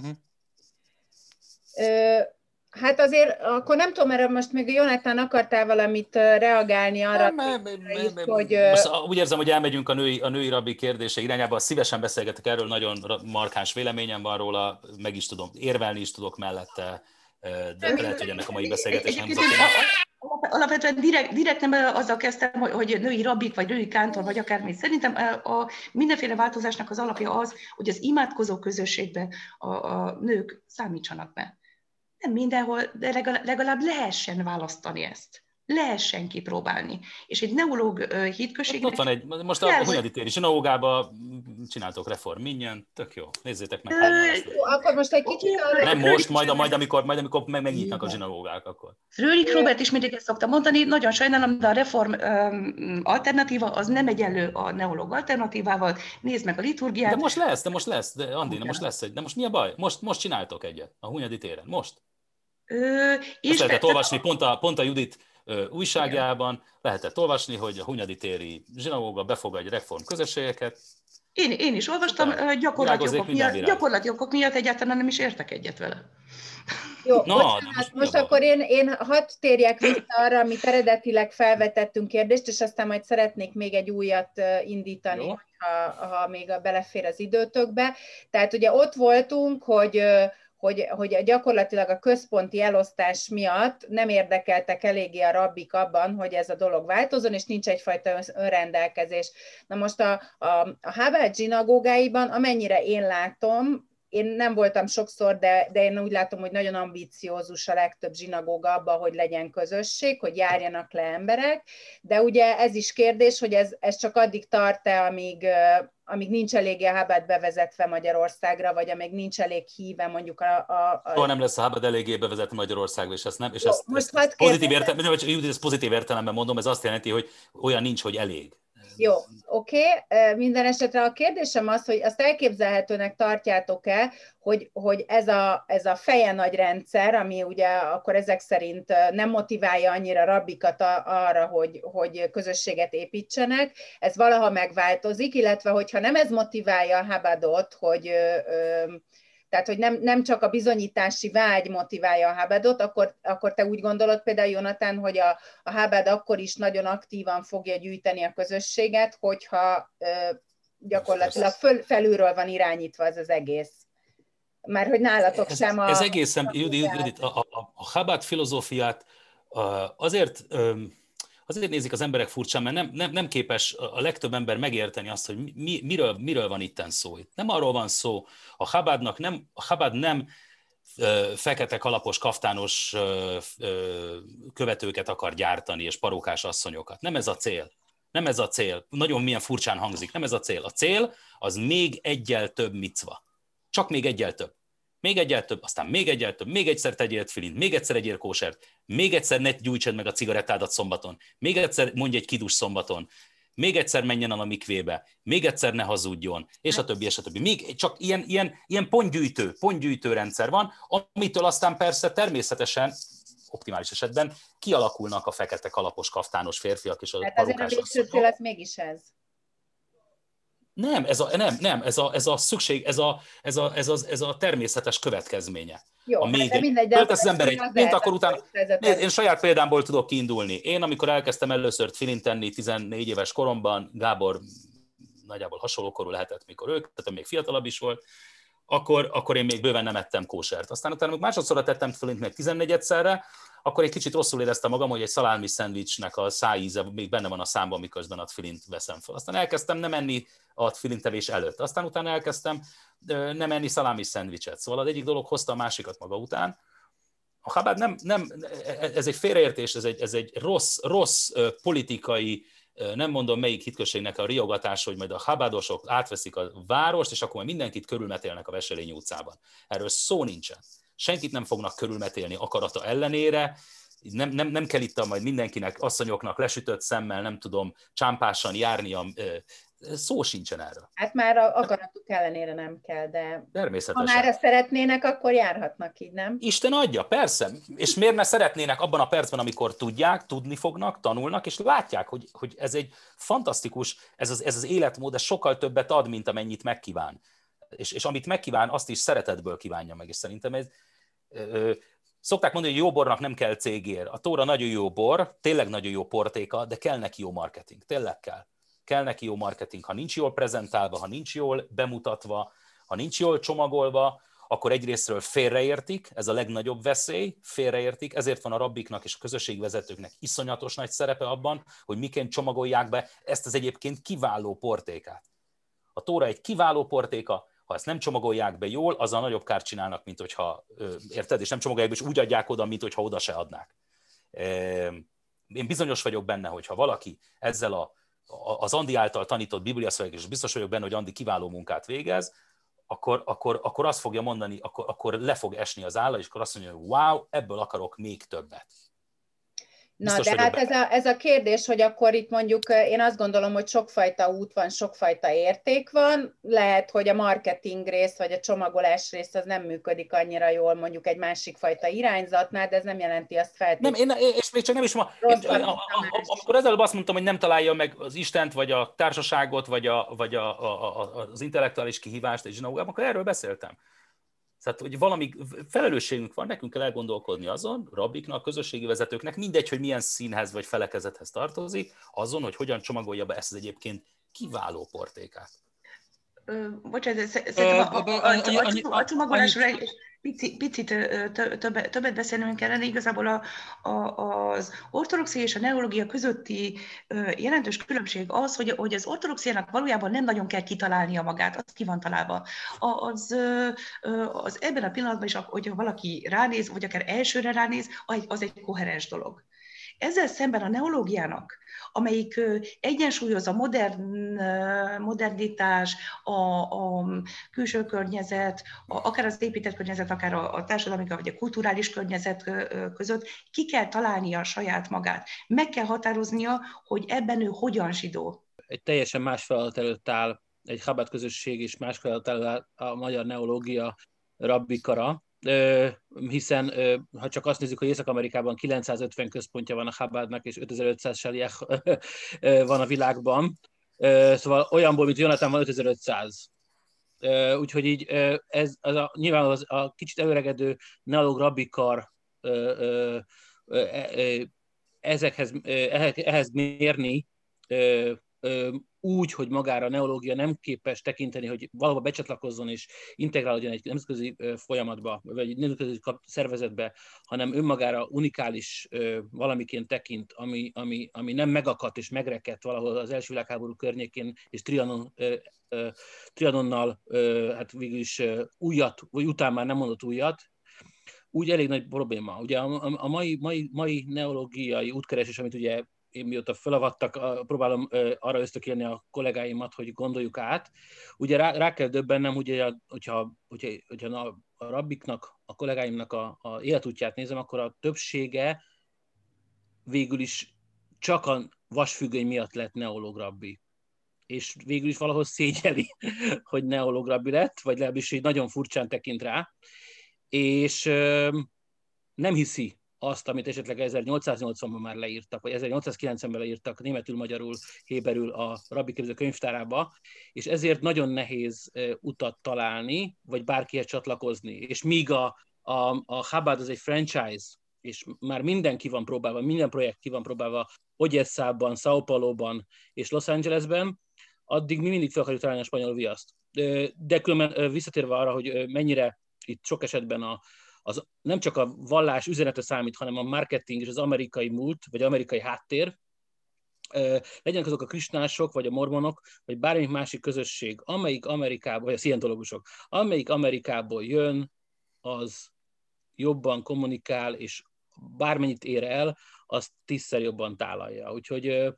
Ö, Hát azért, akkor nem tudom, mert most még Jonathan akartál valamit reagálni arra, nem, nem, is, nem, hogy... Most úgy érzem, hogy elmegyünk a női, a női rabbi kérdése irányába, szívesen beszélgetek erről, nagyon markáns véleményem van róla, meg is tudom, érvelni is tudok mellette, de lehet, hogy ennek a mai beszélgetés nem Alapvetően direkt, direkt nem azzal kezdtem, hogy, hogy női rabbik, vagy női kántor, vagy akármi. Szerintem a mindenféle változásnak az alapja az, hogy az imádkozó közösségbe a, a nők számítsanak be. Nem mindenhol, de legalább, legalább lehessen választani ezt. lehessen kipróbálni. És egy neológ hitközségnek... Ott van egy, most a Hunyadi téri zsinagógában csináltok reform mindjárt, tök jó. Nézzétek meg, hányan lesznek. Akkor most egy kicsit... Nem most, majd, majd amikor, majd, amikor meg megnyitnak a zsinagógák, akkor. Fröhlich Róbert is mindig ezt szokta mondani, nagyon sajnálom, de a reform um, alternatíva az nem egyenlő a neológ alternatívával. Nézd meg a liturgiát. De most lesz, de most lesz, de Andi, de most lesz egy. De most mi a baj? Most, most csináltok egyet a Hunyadi téren, most. Ö, és Ezt lehetett olvasni pont a, pont a Judit ö, újságjában, lehetett olvasni, hogy a Hunyadi téri zsinagóga befogad egy reform közösségeket. Én, én is olvastam, gyakorlati okok, miatt, gyakorlati okok miatt egyáltalán nem is értek egyet vele. Jó, no, bocsánat, most, most akkor én, én hadd térjek vissza arra, amit eredetileg felvetettünk kérdést, és aztán majd szeretnék még egy újat indítani, ha, ha még belefér az időtökbe. Tehát ugye ott voltunk, hogy... Hogy, hogy gyakorlatilag a központi elosztás miatt nem érdekeltek eléggé a rabbik abban, hogy ez a dolog változzon, és nincs egyfajta önrendelkezés. Na most a, a, a Chabad zsinagógáiban, amennyire én látom, én nem voltam sokszor, de, de én úgy látom, hogy nagyon ambiciózus a legtöbb zsinagóga abban, hogy legyen közösség, hogy járjanak le emberek, de ugye ez is kérdés, hogy ez, ez csak addig tart-e, amíg, amíg nincs eléggé a Chabad bevezetve Magyarországra, vagy amíg nincs elég híve mondjuk a... a, a... Soha nem lesz a Chabad eléggé bevezetve Magyarországra, és ezt nem, és Jó, ezt, most ezt, ezt pozitív, értelme, ezt pozitív értelemben mondom, ez azt jelenti, hogy olyan nincs, hogy elég. Jó, oké. Okay. Minden esetre a kérdésem az, hogy azt elképzelhetőnek tartjátok-e, hogy, hogy ez, a, ez a feje nagy rendszer, ami ugye akkor ezek szerint nem motiválja annyira rabbikat arra, hogy, hogy közösséget építsenek, ez valaha megváltozik, illetve hogyha nem ez motiválja a Chabadot, hogy... Ö, Tehát, hogy nem, nem csak a bizonyítási vágy motiválja a Chabadot, akkor, akkor te úgy gondolod például, Jonathan, hogy a, a Chabad akkor is nagyon aktívan fogja gyűjteni a közösséget, hogyha ö, gyakorlatilag föl, felülről van irányítva ez az egész. Már hogy nálatok ez, sem a... Ez egészen, Judit, Judit, a, a, a Chabad filozófiát azért... Azért nézik az emberek furcsán, mert nem, nem, nem képes a legtöbb ember megérteni azt, hogy mi, miről, miről van itten szó. Nem arról van szó, a Chabadnak nem, a Chabad nem ö, fekete kalapos, kaftános ö, ö, követőket akar gyártani, és parókás asszonyokat. Nem ez a cél. Nem ez a cél. Nagyon milyen furcsán hangzik. Nem ez a cél. A cél az még egyel több micva. Csak még egyel több. Még egyel több, aztán még egyel több, még egyszer tegyél tfilint, még egyszer egyél kósert, még egyszer ne gyújtsad meg a cigarettádat szombaton, még egyszer mondj egy kidus szombaton, még egyszer menjen el a mikvébe, még egyszer ne hazudjon, és a többi, és a többi. Még csak ilyen, ilyen, ilyen pontgyűjtő, pontgyűjtő rendszer van, amitől aztán persze természetesen, optimális esetben kialakulnak a fekete kalapos kaftános férfiak és a hát parókás azért a végső cél az mégis ez. Nem, ez a, nem, nem, ez a, ez a szükség, ez a, ez a, ez a, ez a természetes következménye. Jó, a még, de mindegy, de az ember egy, mint akkor utána, nézd, én saját példámból tudok kiindulni. Én, amikor elkezdtem először tfilint tenni tizennégy éves koromban, Gábor nagyjából hasonló korú lehetett, mikor ők, tehát még fiatalabb is volt, akkor, akkor én még bőven nem ettem kósert. Aztán utána, amikor másodszorra tettem tfilint még tizennegyedszerre, akkor egy kicsit rosszul éreztem magam, hogy egy szalálmi szendvicsnek a szájíze még benne van a számban, miközben a tfilint veszem fel. Aztán elkezdtem nem enni a tfilintevés előtt. Aztán utána elkezdtem nem enni szalámi szendvicset. Szóval az egyik dolog hozta a másikat maga után. A Chabad nem, nem, ez egy félreértés, ez egy, ez egy rossz, rossz politikai, nem mondom melyik hitközségnek a riogatás, hogy majd a Chabadosok átveszik a várost, és akkor majd mindenkit körülmetélnek a Veselény utcában. Erről szó nincsen. Senkit nem fognak körülmetélni akarata ellenére, nem, nem, nem kell itt majd mindenkinek, asszonyoknak lesütött szemmel, nem tudom, csámpásan járnia, szó sincsen erről. Hát már a akaratuk ellenére nem kell, de természetesen. Ha már ezt szeretnének, akkor járhatnak így, nem? Isten adja, persze. És miért ne szeretnének abban a percben, amikor tudják, tudni fognak, tanulnak, és látják, hogy, hogy ez egy fantasztikus, ez az, ez az életmód, ez sokkal többet ad, mint amennyit megkíván. És, és amit megkíván, azt is szeretetből kívánja meg, és szerintem ez... Ö, szokták mondani, hogy jó bornak nem kell cégér. A Tóra nagyon jó bor, tényleg nagyon jó portéka, de kell neki jó marketing. Tényleg kell. Kell neki jó marketing. Ha nincs jól prezentálva, ha nincs jól bemutatva, ha nincs jól csomagolva, akkor egyrésztről félreértik, ez a legnagyobb veszély, félreértik, ezért van a rabbiknak és a közösségvezetőknek iszonyatos nagy szerepe abban, hogy miként csomagolják be ezt az egyébként kiváló portékát. A Tóra egy kiváló portéka, ha ezt nem csomagolják be jól, azzal nagyobb kárt csinálnak, mint hogyha, érted? És nem csomagolják be, és úgy adják oda, mint hogyha oda se adnák. én bizonyos vagyok benne, hogy ha valaki ezzel a, az Andi által tanított bibliaszöveg, és biztos vagyok benne, hogy Andi kiváló munkát végez, akkor, akkor, akkor azt fogja mondani, akkor, akkor le fog esni az álla, és akkor azt mondja, hogy wow, ebből akarok még többet. Na, de hát ez a, ez a kérdés, hogy akkor itt mondjuk én azt gondolom, hogy sokfajta út van, sokfajta érték van, lehet, hogy a marketing rész, vagy a csomagolás rész az nem működik annyira jól mondjuk egy másik fajta irányzatnál, de ez nem jelenti azt feltétlenül. Nem, én, és még csak nem is ma, én, a, a, a, amikor ezelőbb azt mondtam, hogy nem találja meg az Istent, vagy a társaságot, vagy, a, vagy a, a, a, az intellektuális kihívást egy zsinagógában, akkor erről beszéltem. Tehát, hogy valami felelősségünk van, nekünk kell elgondolkodni azon, rabbiknak, közösségi vezetőknek, mindegy, hogy milyen színhez vagy felekezethez tartozik, azon, hogy hogyan csomagolja be ezt az egyébként kiváló portékát. Bocsánat, szerintem a csomagolásra egy picit többet beszélnünk kellene. Igazából a, a, az ortodoxia és a neológia közötti jelentős különbség az, hogy, hogy az ortodoxiának valójában nem nagyon kell kitalálnia magát, az ki van találva. Az, az ebben a pillanatban is, hogyha valaki ránéz, vagy akár elsőre ránéz, az egy koherens dolog. Ezzel szemben a neológiának, amelyik egyensúlyoz a modern, modernitás, a, a külső környezet, a, akár az épített környezet, akár a, a társadalmi vagy a kulturális környezet között, ki kell találnia a saját magát. Meg kell határoznia, hogy ebben ő hogyan zsidó. Egy teljesen más feladat előtt áll egy Chabad közösség, és más feladat előtt a magyar neológia rabbikara, hiszen ha csak azt nézzük, hogy Észak-Amerikában kilencszázötven központja van a Chabadnak, és ötezer-ötszáz saliach van a világban, szóval olyanból, mint Jonathan van ötezer-ötszáz. Úgyhogy így ez az a, nyilván az a kicsit előregedő neológ rabbikar ezekhez, ehhez mérni úgy, hogy magára a neológia nem képes tekinteni, hogy valahol becsatlakozzon és integrálódjon egy nemzetközi folyamatba, vagy egy nemzetközi szervezetbe, hanem önmagára unikális valamiként tekint, ami, ami, ami nem megakadt és megrekedt valahol az első világháború környékén, és Trianon, Trianonnal hát végül is újat, vagy után már nem mondott újat, úgy elég nagy probléma. Ugye a, a mai, mai, mai neológiai útkeresés, amit ugye én mióta felavattak, próbálom arra ösztökélni a kollégáimat, hogy gondoljuk át. Ugye rá, rá kell döbbennem, ugye, hogyha, hogyha, hogyha a, a rabbiknak, a kollégáimnak a, a életútját nézem, akkor a többsége végül is csak a vasfüggöny miatt lett neológ rabbi. És végül is valahol szégyeli, hogy neológ rabbi lett, vagy legalábbis így nagyon furcsán tekint rá, és ö, nem hiszi azt, amit esetleg ezernyolcszáznyolcvanban már leírtak, vagy ezernyolcszázkilencvenben leírtak németül, magyarul, héberül a rabbi képző könyvtárába, és ezért nagyon nehéz utat találni, vagy bárkihez csatlakozni. És míg a, a, a Chabad az egy franchise, és már mindenki van próbálva, minden projekt ki van próbálva Odesszában, São Pauloban és Los Angelesben, addig mi mindig fel akarjuk találni a spanyol viaszt. De különben visszatérve arra, hogy mennyire itt sok esetben a Az nem csak a vallás üzenete számít, hanem a marketing és az amerikai múlt, vagy amerikai háttér. Legyenek azok a krisnások, vagy a mormonok, vagy bármelyik másik közösség, amelyik Amerikából, vagy a szientológusok, amelyik Amerikából jön, az jobban kommunikál, és bármennyit ér el, azt tízszer jobban tálalja. Úgyhogy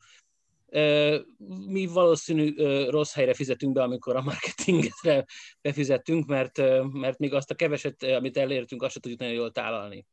mi valószínű rossz helyre fizetünk be, amikor a marketingre befizettünk, mert, mert még azt a keveset, amit elértünk, azt se tudjuk nagyon jól tálalni.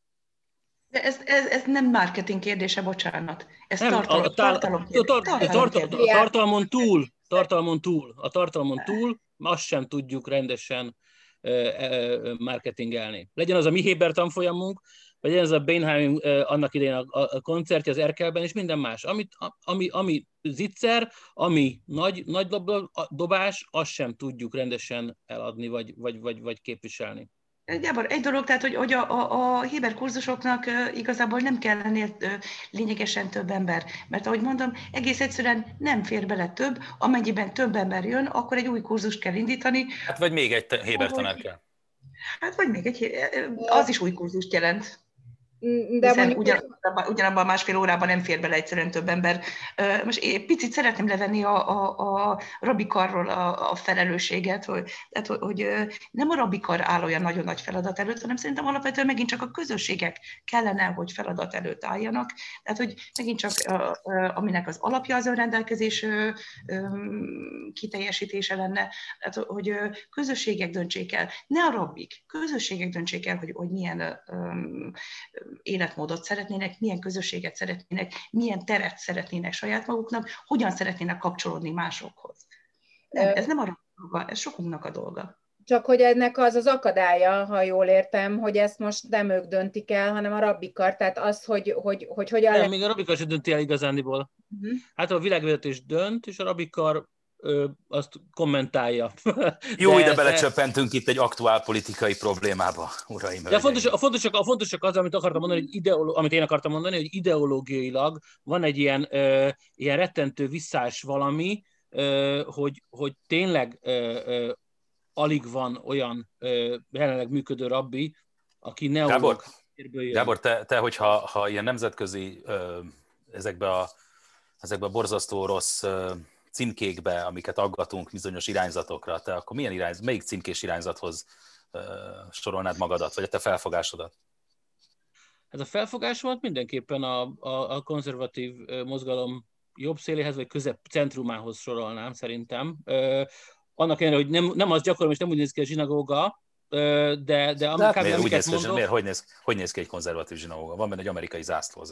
De ez, ez, ez nem marketing kérdése, bocsánat. Ez nem, tartalom, a, tál, tartalom a, tar, tartal, a tartalmon túl, tartalmon túl, a tartalmon túl, azt sem tudjuk rendesen marketingelni. Legyen az a mi Héber tanfolyamunk, vagy ez a Beinheim annak idején a, a koncertje az Erkelben, és minden más. Amit, ami, ami zicser, ami nagy, nagy dobás, azt sem tudjuk rendesen eladni, vagy, vagy, vagy, vagy képviselni. Gábor, egy dolog, tehát, hogy, hogy a, a, a Héber kurzusoknak igazából nem kell lenni lényegesen több ember. Mert ahogy mondom, egész egyszerűen nem fér bele több, amennyiben több ember jön, akkor egy új kurzust kell indítani. Hát vagy még egy Héber tanár kell. Hát vagy még egy, az is új kurzust jelent. De hiszen mondjuk, ugyanabban, ugyanabban a másfél órában nem fér bele egyszerűen több ember. Most én picit szeretném levenni a, a, a rabikarról a, a felelősséget, hogy, tehát, hogy nem a rabikar áll olyan nagyon nagy feladat előtt, hanem szerintem alapvetően megint csak a közösségek kellene, hogy feladat előtt álljanak. Tehát, hogy megint csak aminek az alapja az önrendelkezés kiteljesítése lenne, tehát, hogy közösségek döntsék el, ne a rabik, közösségek döntsék el, hogy, hogy milyen életmódot szeretnének, milyen közösséget szeretnének, milyen teret szeretnének saját maguknak, hogyan szeretnének kapcsolódni másokhoz. Nem, ez nem a dolga, ez sokunknak a dolga. Csak hogy ennek az az akadálya, ha jól értem, hogy ezt most nem ők döntik el, hanem a rabbikar, tehát az, hogy, hogy, hogy hogyan... Nem, le... még a rabbikar sem dönti el igazándiból. Uh-huh. Hát a világvezetés dönt, és a rabbikar Ö, azt kommentálja. Jó, de, ide belecsöppentünk itt egy aktuál politikai problémába, uraim. De a fontos, a, fontos, a fontos csak az, amit akartam mondani, hogy ideolo, amit én akartam mondani, hogy ideológiailag van egy ilyen, ö, ilyen rettentő visszás valami, ö, hogy, hogy tényleg ö, ö, alig van olyan ö, jelenleg működő rabbi, aki neológ. Gábor, Gábor te, te hogyha ha ilyen nemzetközi ö, ezekbe, a, ezekbe a borzasztó rossz ö, címkékbe, amiket aggatunk bizonyos irányzatokra, te akkor milyen irányzat, melyik címkés irányzathoz uh, sorolnád magadat, vagy a te felfogásodat? Ez a felfogás volt mindenképpen a, a, a konzervatív mozgalom jobb széléhez, vagy közép-centrumához sorolnám szerintem. Uh, annak ellenére, hogy nem, nem az gyakorlom, és nem úgy néz ki a zsinagóga, uh, de, de amiket hát miért, úgy néz ki, mondok... Miért, hogy, néz, hogy néz ki egy konzervatív zsinagóga? Van benne egy amerikai zászló.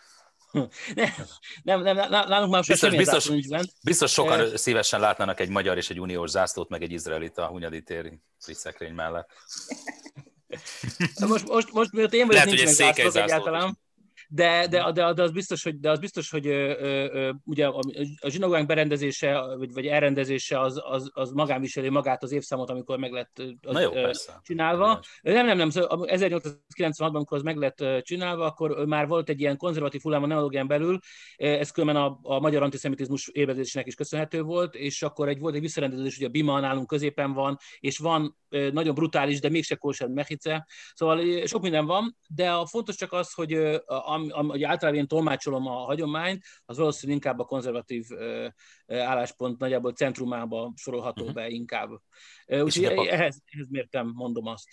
Nem, nem, nem, nálunk már biztos, biztos, biztos sokan e... szívesen látnának egy magyar és egy uniós zászlót, meg egy izraelita a Hunyadi téri szekrény mellett. Most, most, most miatt én vagyok, nincs meg zászlók egyáltalán. De, de, de, de, az biztos, hogy, de az biztos, hogy ö, ö, ugye a, a zsinagógánk berendezése, vagy, vagy elrendezése az, az, az magánviseli magát az évszámot, amikor meg lett az, jó, ö, csinálva. Nem, nem, nem, szóval ezernyolcszázkilencvenhatban, amikor az meg lett csinálva, akkor már volt egy ilyen konzervatív hullám a neológián belül, ez különben a, a magyar antiszemitizmus ébrezésének is köszönhető volt, és akkor egy, volt egy visszarendezés, ugye a Bima nálunk középen van, és van nagyon brutális, de mégse kóser mehice. Szóval sok minden van, de a fontos csak az, hogy a, hogy általában én tolmácsolom a hagyományt, az valószínűleg inkább a konzervatív álláspont nagyjából centrumába sorolható uh-huh. be inkább. Úgyhogy ehhez, ehhez mértem mondom azt.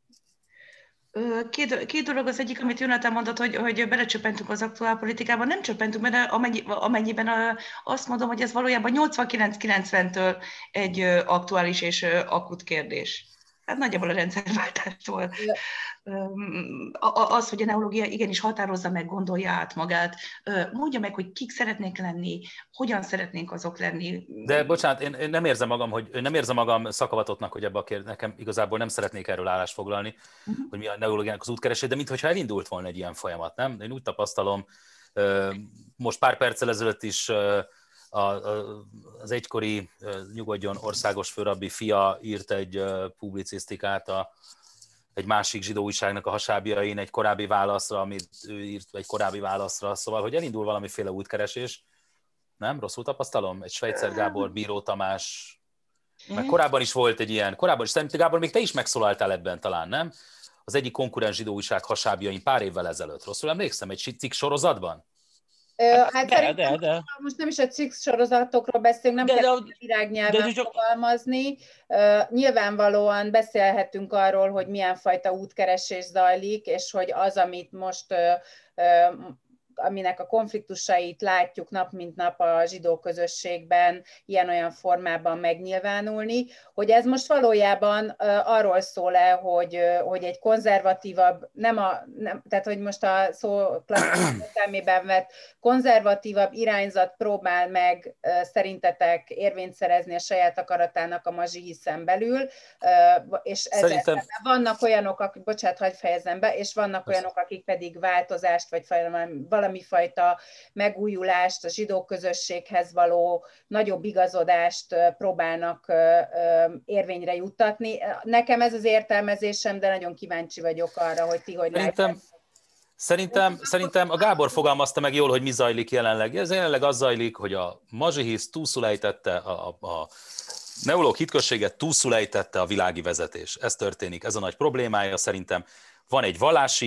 Két, két dolog az egyik, amit Jonathan mondott, hogy, hogy belecsöppentünk az aktuál politikában. Nem csöppentünk bele, amennyi, amennyiben a, azt mondom, hogy ez valójában nyolcvankilenc kilencventől egy aktuális és akut kérdés. Hát nagyjából a rendszerváltástól. Az, hogy a neológia igenis határozza meg, gondolja át magát, mondja meg, hogy kik szeretnék lenni, hogyan szeretnénk azok lenni. De bocsánat, én nem érzem magam, hogy nem érzem magam szakavatottnak, hogy ebbe a kérdés, nekem igazából nem szeretnék erről állást foglalni, uh-huh. hogy mi a neológiának az útkeresés, de minthogyha elindult volna egy ilyen folyamat, nem? Én úgy tapasztalom, most pár perccel ezelőtt is A, a, az egykori nyugodjon országos főrabbi fia írt egy publicisztikát a, egy másik zsidó újságnak a hasábjain egy korábbi válaszra, amit ő írt egy korábbi válaszra, szóval, hogy elindul valamiféle útkeresés. Nem? Rosszul tapasztalom? Egy Svejcer Gábor, Bíró Tamás, meg korábban is volt egy ilyen, korábban is, szerintem Gábor, még te is megszólaltál ebben talán, nem? Az egyik konkurens zsidó újság hasábjain pár évvel ezelőtt. Rosszul emlékszem? Egy cikk sorozatban? Hát de, de, de. Most nem is a cikk sorozatokról beszélünk, nem de, kell de, virágnyelven csak... fogalmazni. Uh, nyilvánvalóan beszélhetünk arról, hogy milyen fajta útkeresés zajlik, és hogy az, amit most uh, uh, aminek a konfliktusait látjuk nap mint nap a zsidó közösségben, ilyen-olyan formában megnyilvánulni, hogy ez most valójában uh, arról szól-e, hogy, uh, hogy egy konzervatívabb, nem a, nem, tehát hogy most a szó klasszikus értelmében vett konzervatívabb irányzat próbál meg uh, szerintetek érvényt szerezni a saját akaratának a mazsihiszen belül, uh, és ezzel, Szerintem... vannak olyanok, akik, bocsánat, hadd fejezzem be, és vannak olyanok, akik pedig változást, vagy valami valami fajta megújulást, a zsidó közösséghez való nagyobb igazodást próbálnak érvényre juttatni. Nekem ez az értelmezésem, de nagyon kíváncsi vagyok arra, hogy ti hogy látjátok. Szerintem, szerintem a Gábor fogalmazta meg jól, hogy mi zajlik jelenleg. Ez jelenleg az zajlik, hogy a mazsihisz túlszulejtette, a, a neológ hitközséget túlszulejtette a világi vezetés. Ez történik, ez a nagy problémája szerintem. Van egy vallási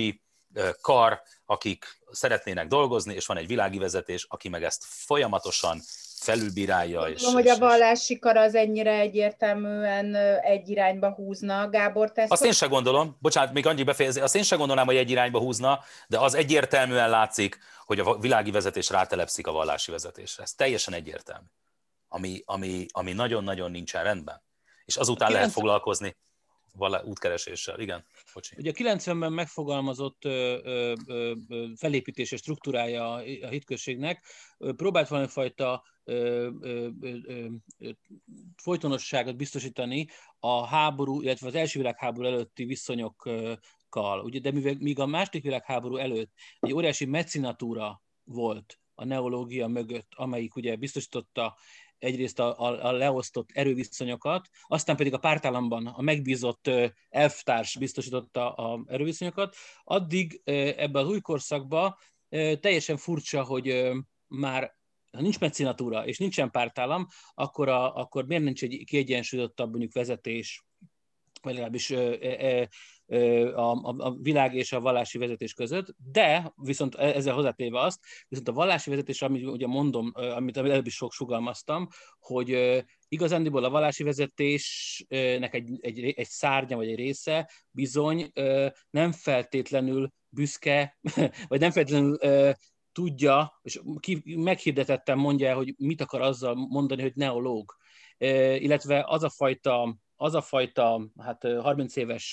kar, akik szeretnének dolgozni, és van egy világi vezetés, aki meg ezt folyamatosan felülbírálja. Tudom, és, hogy és, a vallási kar az ennyire egyértelműen egy irányba húzna. Gábor, te azt én sem gondolom, bocsánat, még annyi befejezni, azt én sem gondolnám, hogy egy irányba húzna, de az egyértelműen látszik, hogy a világi vezetés rátelepszik a vallási vezetésre. Ez teljesen egyértelmű, ami, ami, ami nagyon-nagyon nincsen rendben. És azután kilenc... lehet foglalkozni vala útkereséssel. Igen, bocsi. Ugye a kilencvenben megfogalmazott ö, ö, ö, felépítése, struktúrája a hitközségnek próbált valamifajta ö, ö, ö, ö, folytonosságot biztosítani a háború, illetve az első világháború előtti viszonyokkal. Ugye, de mivel, míg a második világháború előtt egy óriási mecinatúra volt a neológia mögött, amelyik ugye biztosította egyrészt a, a, a leosztott erőviszonyokat, aztán pedig a pártállamban a megbízott elvtárs biztosította az erőviszonyokat, addig ebben az új korszakban teljesen furcsa, hogy már ha nincs mecenatúra és nincsen pártállam, akkor, a, akkor miért nincs egy kiegyensúlyozottabb mondjuk vezetés, vagy legalábbis a, a, a világ és a vallási vezetés között, de viszont ezzel hozzátéve azt, viszont a vallási vezetés, amit ugye mondom, amit előbb is sok sugalmaztam, hogy igazándiból a vallási vezetésnek egy, egy, egy szárnya vagy egy része bizony nem feltétlenül büszke, vagy nem feltétlenül tudja, és meghirdetettem mondja, hogy mit akar azzal mondani, hogy neológ. Illetve az a fajta, az a fajta hát harminc éves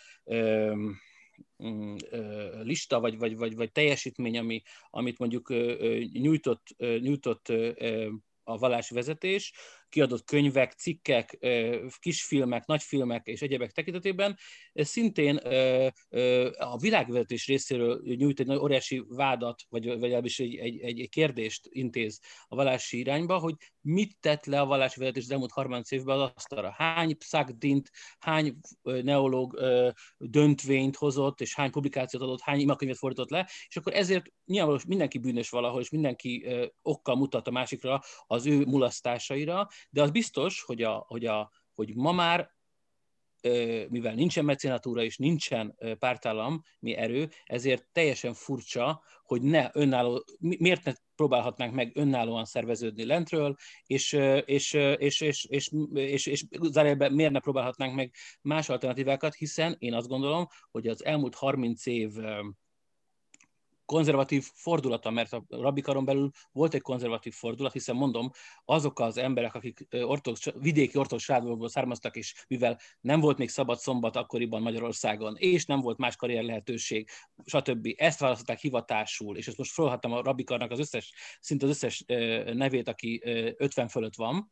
lista, vagy, vagy, vagy, vagy teljesítmény, ami, amit mondjuk nyújtott, nyújtott a vallási vezetés, kiadott könyvek, cikkek, kisfilmek, nagyfilmek és egyebek tekintetében szintén a világvezetés részéről nyújt egy óriási vádat, vagy, vagy legalábbis egy, egy, egy kérdést intéz a vallási irányba, hogy mit tett le a vallási vezetés az elmúlt harminc évben az asztalra. Hány pszakdint, hány neológ döntvényt hozott, és hány publikációt adott, hány imakönyvet fordított le, és akkor ezért nyilvánvalóan mindenki bűnös valahol, és mindenki okkal mutat a másikra az ő mulasztásaira, de az biztos, hogy, a, hogy, a, hogy ma már, mivel nincsen mecenatúra és nincsen pártállam, mi erő, ezért teljesen furcsa, hogy ne önálló, miért ne próbálhatnánk meg önállóan szerveződni lentről, és, és, és, és, és, és, és zárójelben miért ne próbálhatnánk meg más alternatívákat, hiszen én azt gondolom, hogy az elmúlt harminc év konzervatív fordulata, mert a rabbikaron belül volt egy konzervatív fordulat, hiszen mondom, azok az emberek, akik ortodox, vidéki ortodox családokból származtak, és mivel nem volt még szabad szombat akkoriban Magyarországon, és nem volt más karrier lehetőség, stb. Ezt választották hivatásul, és ezt most felhattam a rabbikarnak az összes, szinte az összes nevét, aki ötven fölött van.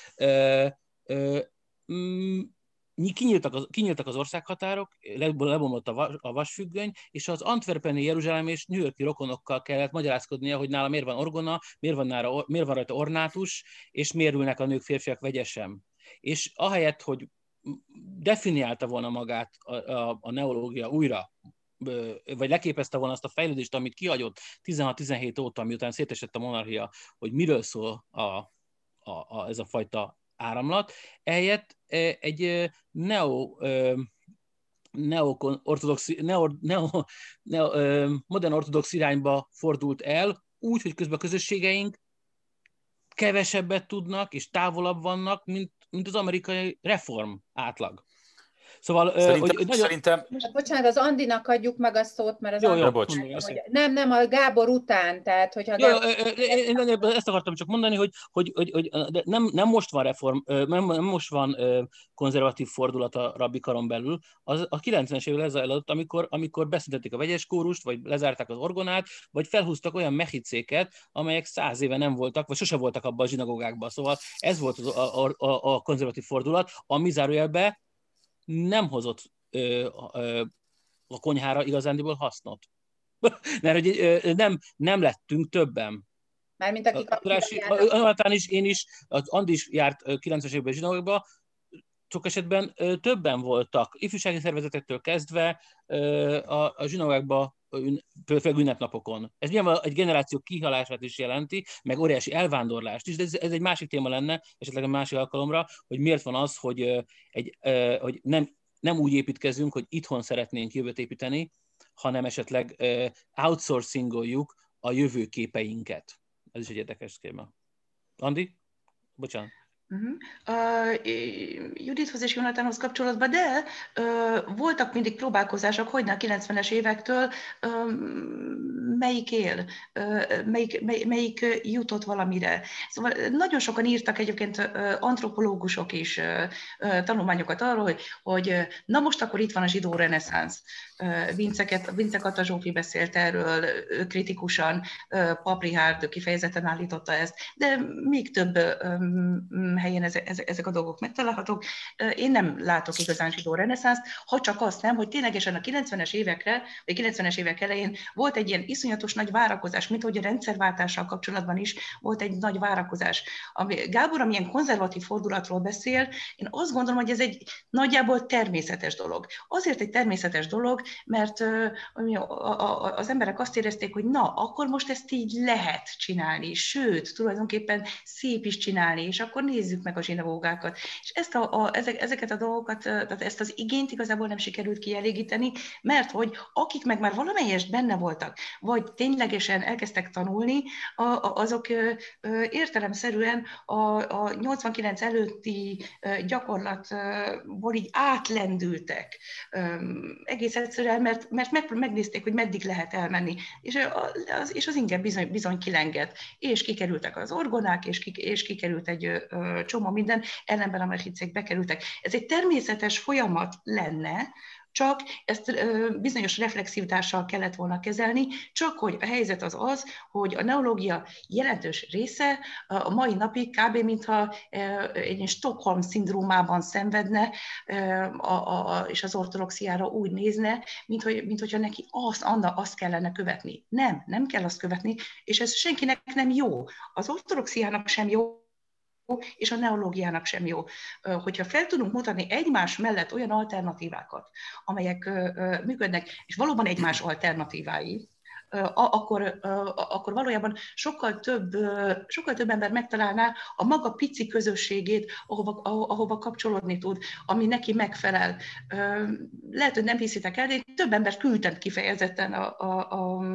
Kinyíltak az, kinyíltak az országhatárok, lebomlott a, vas, a vasfüggöny, és az antwerpeni, Jeruzsálem és New Yorki rokonokkal kellett magyarázkodnia, hogy nála miért van orgona, miért van, nála, miért van rajta ornátus, és miért ülnek a nők, férfiak vegyesen. És ahelyett, hogy definiálta volna magát a, a, a neológia újra, vagy leképezte volna azt a fejlődést, amit kihagyott tizenhat-tizenhét óta, miután szétesett a monarchia, hogy miről szól a, a, a, ez a fajta áramlat, ehelyett egy neo, neo, ortodox, neo, neo, neo, modern ortodox irányba fordult el, úgy, hogy közben a közösségeink kevesebbet tudnak és távolabb vannak, mint, mint az amerikai reform átlag. Szóval, szerintem, hogy, nagyon... szerintem... Bocsánat, az Andinak adjuk meg a szót, mert az jó, Andi... jó, bocs. Hogy... Nem, nem, a Gábor után, tehát hogyha... Jó, Gábor... én, én ezt akartam csak mondani, hogy, hogy, hogy, hogy de nem, nem most van reform, nem, nem most van konzervatív fordulat a rabbikaron belül, az a kilencvenes évvel lezajlott, amikor, amikor beszüntették a vegyes kórust, vagy lezárták az orgonát, vagy felhúztak olyan mechicéket, amelyek száz éve nem voltak, vagy sose voltak abban a zsinagógákban. Szóval ez volt az, a, a, a konzervatív fordulat, ami zárójelben nem hozott ö, ö, a konyhára igazándiból hasznot. Mert hogy ö, nem, nem lettünk többen. Mármint akik a is, én is, az Andi is járt kilencvenes évben zsinagógákba, sok esetben ö, többen voltak, ifjúsági szervezetektől kezdve ö, a, a zsinagógákba, főleg ünnepnapokon. Ez nyilván egy generáció kihalását is jelenti, meg óriási elvándorlást is, de ez, ez egy másik téma lenne, esetleg a másik alkalomra, hogy miért van az, hogy, egy, hogy nem, nem úgy építkezünk, hogy itthon szeretnénk jövőt építeni, hanem esetleg outsourcingoljuk a jövőképeinket. Ez is egy érdekes téma. Andi? Bocsánat. Uh-huh. Uh, Judithoz és Jonathanhoz kapcsolatban, de uh, voltak mindig próbálkozások, hogyne a kilencvenes évektől uh, melyik él, uh, melyik, mely, melyik jutott valamire. Szóval nagyon sokan írtak egyébként uh, antropológusok is uh, uh, tanulmányokat arról, hogy, hogy uh, na most akkor itt van a zsidó reneszánsz. Uh, Vince, Vince Kata Zsófi beszélt erről uh, kritikusan, uh, Paprihárd kifejezetten állította ezt, de még több um, helyen ezek, ezek a dolgok megtalálhatók. Én nem látok igazán zsidó reneszánst, ha csak azt nem, hogy ténylegesen a kilencvenes évekre, vagy kilencvenes évek elején volt egy ilyen iszonyatos nagy várakozás, mint hogy a rendszerváltással kapcsolatban is volt egy nagy várakozás. Ami Gábor, amilyen konzervatív fordulatról beszél, én azt gondolom, hogy ez egy nagyjából természetes dolog. Azért egy természetes dolog, mert az emberek azt érezték, hogy na, akkor most ezt így lehet csinálni, sőt, tulajdonképpen szép is csinálni, és akkor nézzük meg a zsinagógákat. És ezt a, a, ezek, ezeket a dolgokat, tehát ezt az igényt igazából nem sikerült kielégíteni, mert hogy akik meg már valamelyest benne voltak, vagy ténylegesen elkezdtek tanulni, a, a, azok ö, ö, értelemszerűen a, a nyolcvankilenc előtti gyakorlatból így átlendültek. Ö, egész egyszerűen, mert, mert meg, megnézték, hogy meddig lehet elmenni. És az, és az inge bizony, bizony kilengett. És kikerültek az orgonák, és, ki, és kikerült egy ö, csomó minden, ellenben a mechicék bekerültek. Ez egy természetes folyamat lenne, csak ezt ö, bizonyos reflexivitással kellett volna kezelni, csak hogy a helyzet az az, hogy a neológia jelentős része a mai napig kb. Mintha ö, egy Stockholm-szindrómában szenvedne, ö, a, a, és az ortodoxiára úgy nézne, mint, hogy, mint hogyha neki azt, Anna, azt kellene követni. Nem, nem kell azt követni, és ez senkinek nem jó. Az ortodoxiának sem jó, és a neológiának sem jó. Hogyha fel tudunk mutatni egymás mellett olyan alternatívákat, amelyek működnek, és valóban egymás alternatívái, akkor, akkor valójában sokkal több, sokkal több ember megtalálná a maga pici közösségét, ahova, ahova kapcsolódni tud, ami neki megfelel. Lehet, hogy nem hiszitek el, de én több embert küldtem kifejezetten a, a, a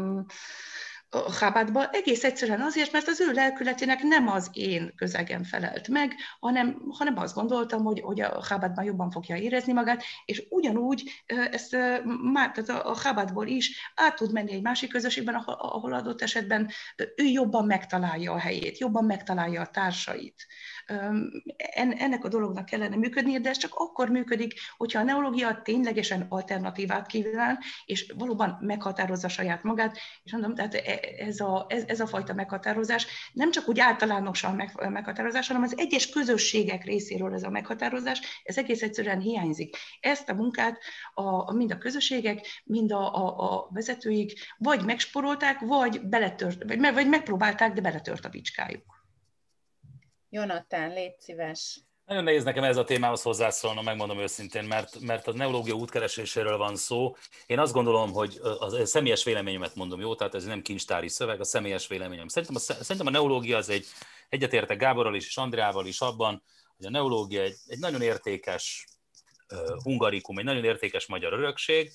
a Chabadba, egész egyszerűen azért, mert az ő lelkületének nem az én közegem felelt meg, hanem, hanem azt gondoltam, hogy, hogy a Chabadban jobban fogja érezni magát, és ugyanúgy ezt már, tehát a Chabadból is át tud menni egy másik közösségben, ahol adott esetben ő jobban megtalálja a helyét, jobban megtalálja a társait. Ennek a dolognak kellene működnie, de ez csak akkor működik, hogyha a neológia ténylegesen alternatívát kíván, és valóban meghatározza saját magát, és mondom, tehát ez a, ez, ez a fajta meghatározás nem csak úgy általánosan meg, meghatározás, hanem az egyes közösségek részéről ez a meghatározás, ez egész egyszerűen hiányzik. Ezt a munkát a, mind a közösségek, mind a, a, a vezetőik vagy megsporolták, vagy beletört, vagy, vagy megpróbálták, de beletört a bicskájuk. Jonathan, légy szíves. Nagyon nehéz nekem ez a témához hozzászólnom, megmondom őszintén, mert, mert a neológia útkereséséről van szó. Én azt gondolom, hogy a személyes véleményemet mondom, jó? Tehát ez nem kincstári szöveg, a személyes véleményem. Szerintem a, szerintem a neológia az egy, egyetértek Gáborral is, és Andreával is abban, hogy a neológia egy, egy nagyon értékes uh, hungarikum, egy nagyon értékes magyar örökség.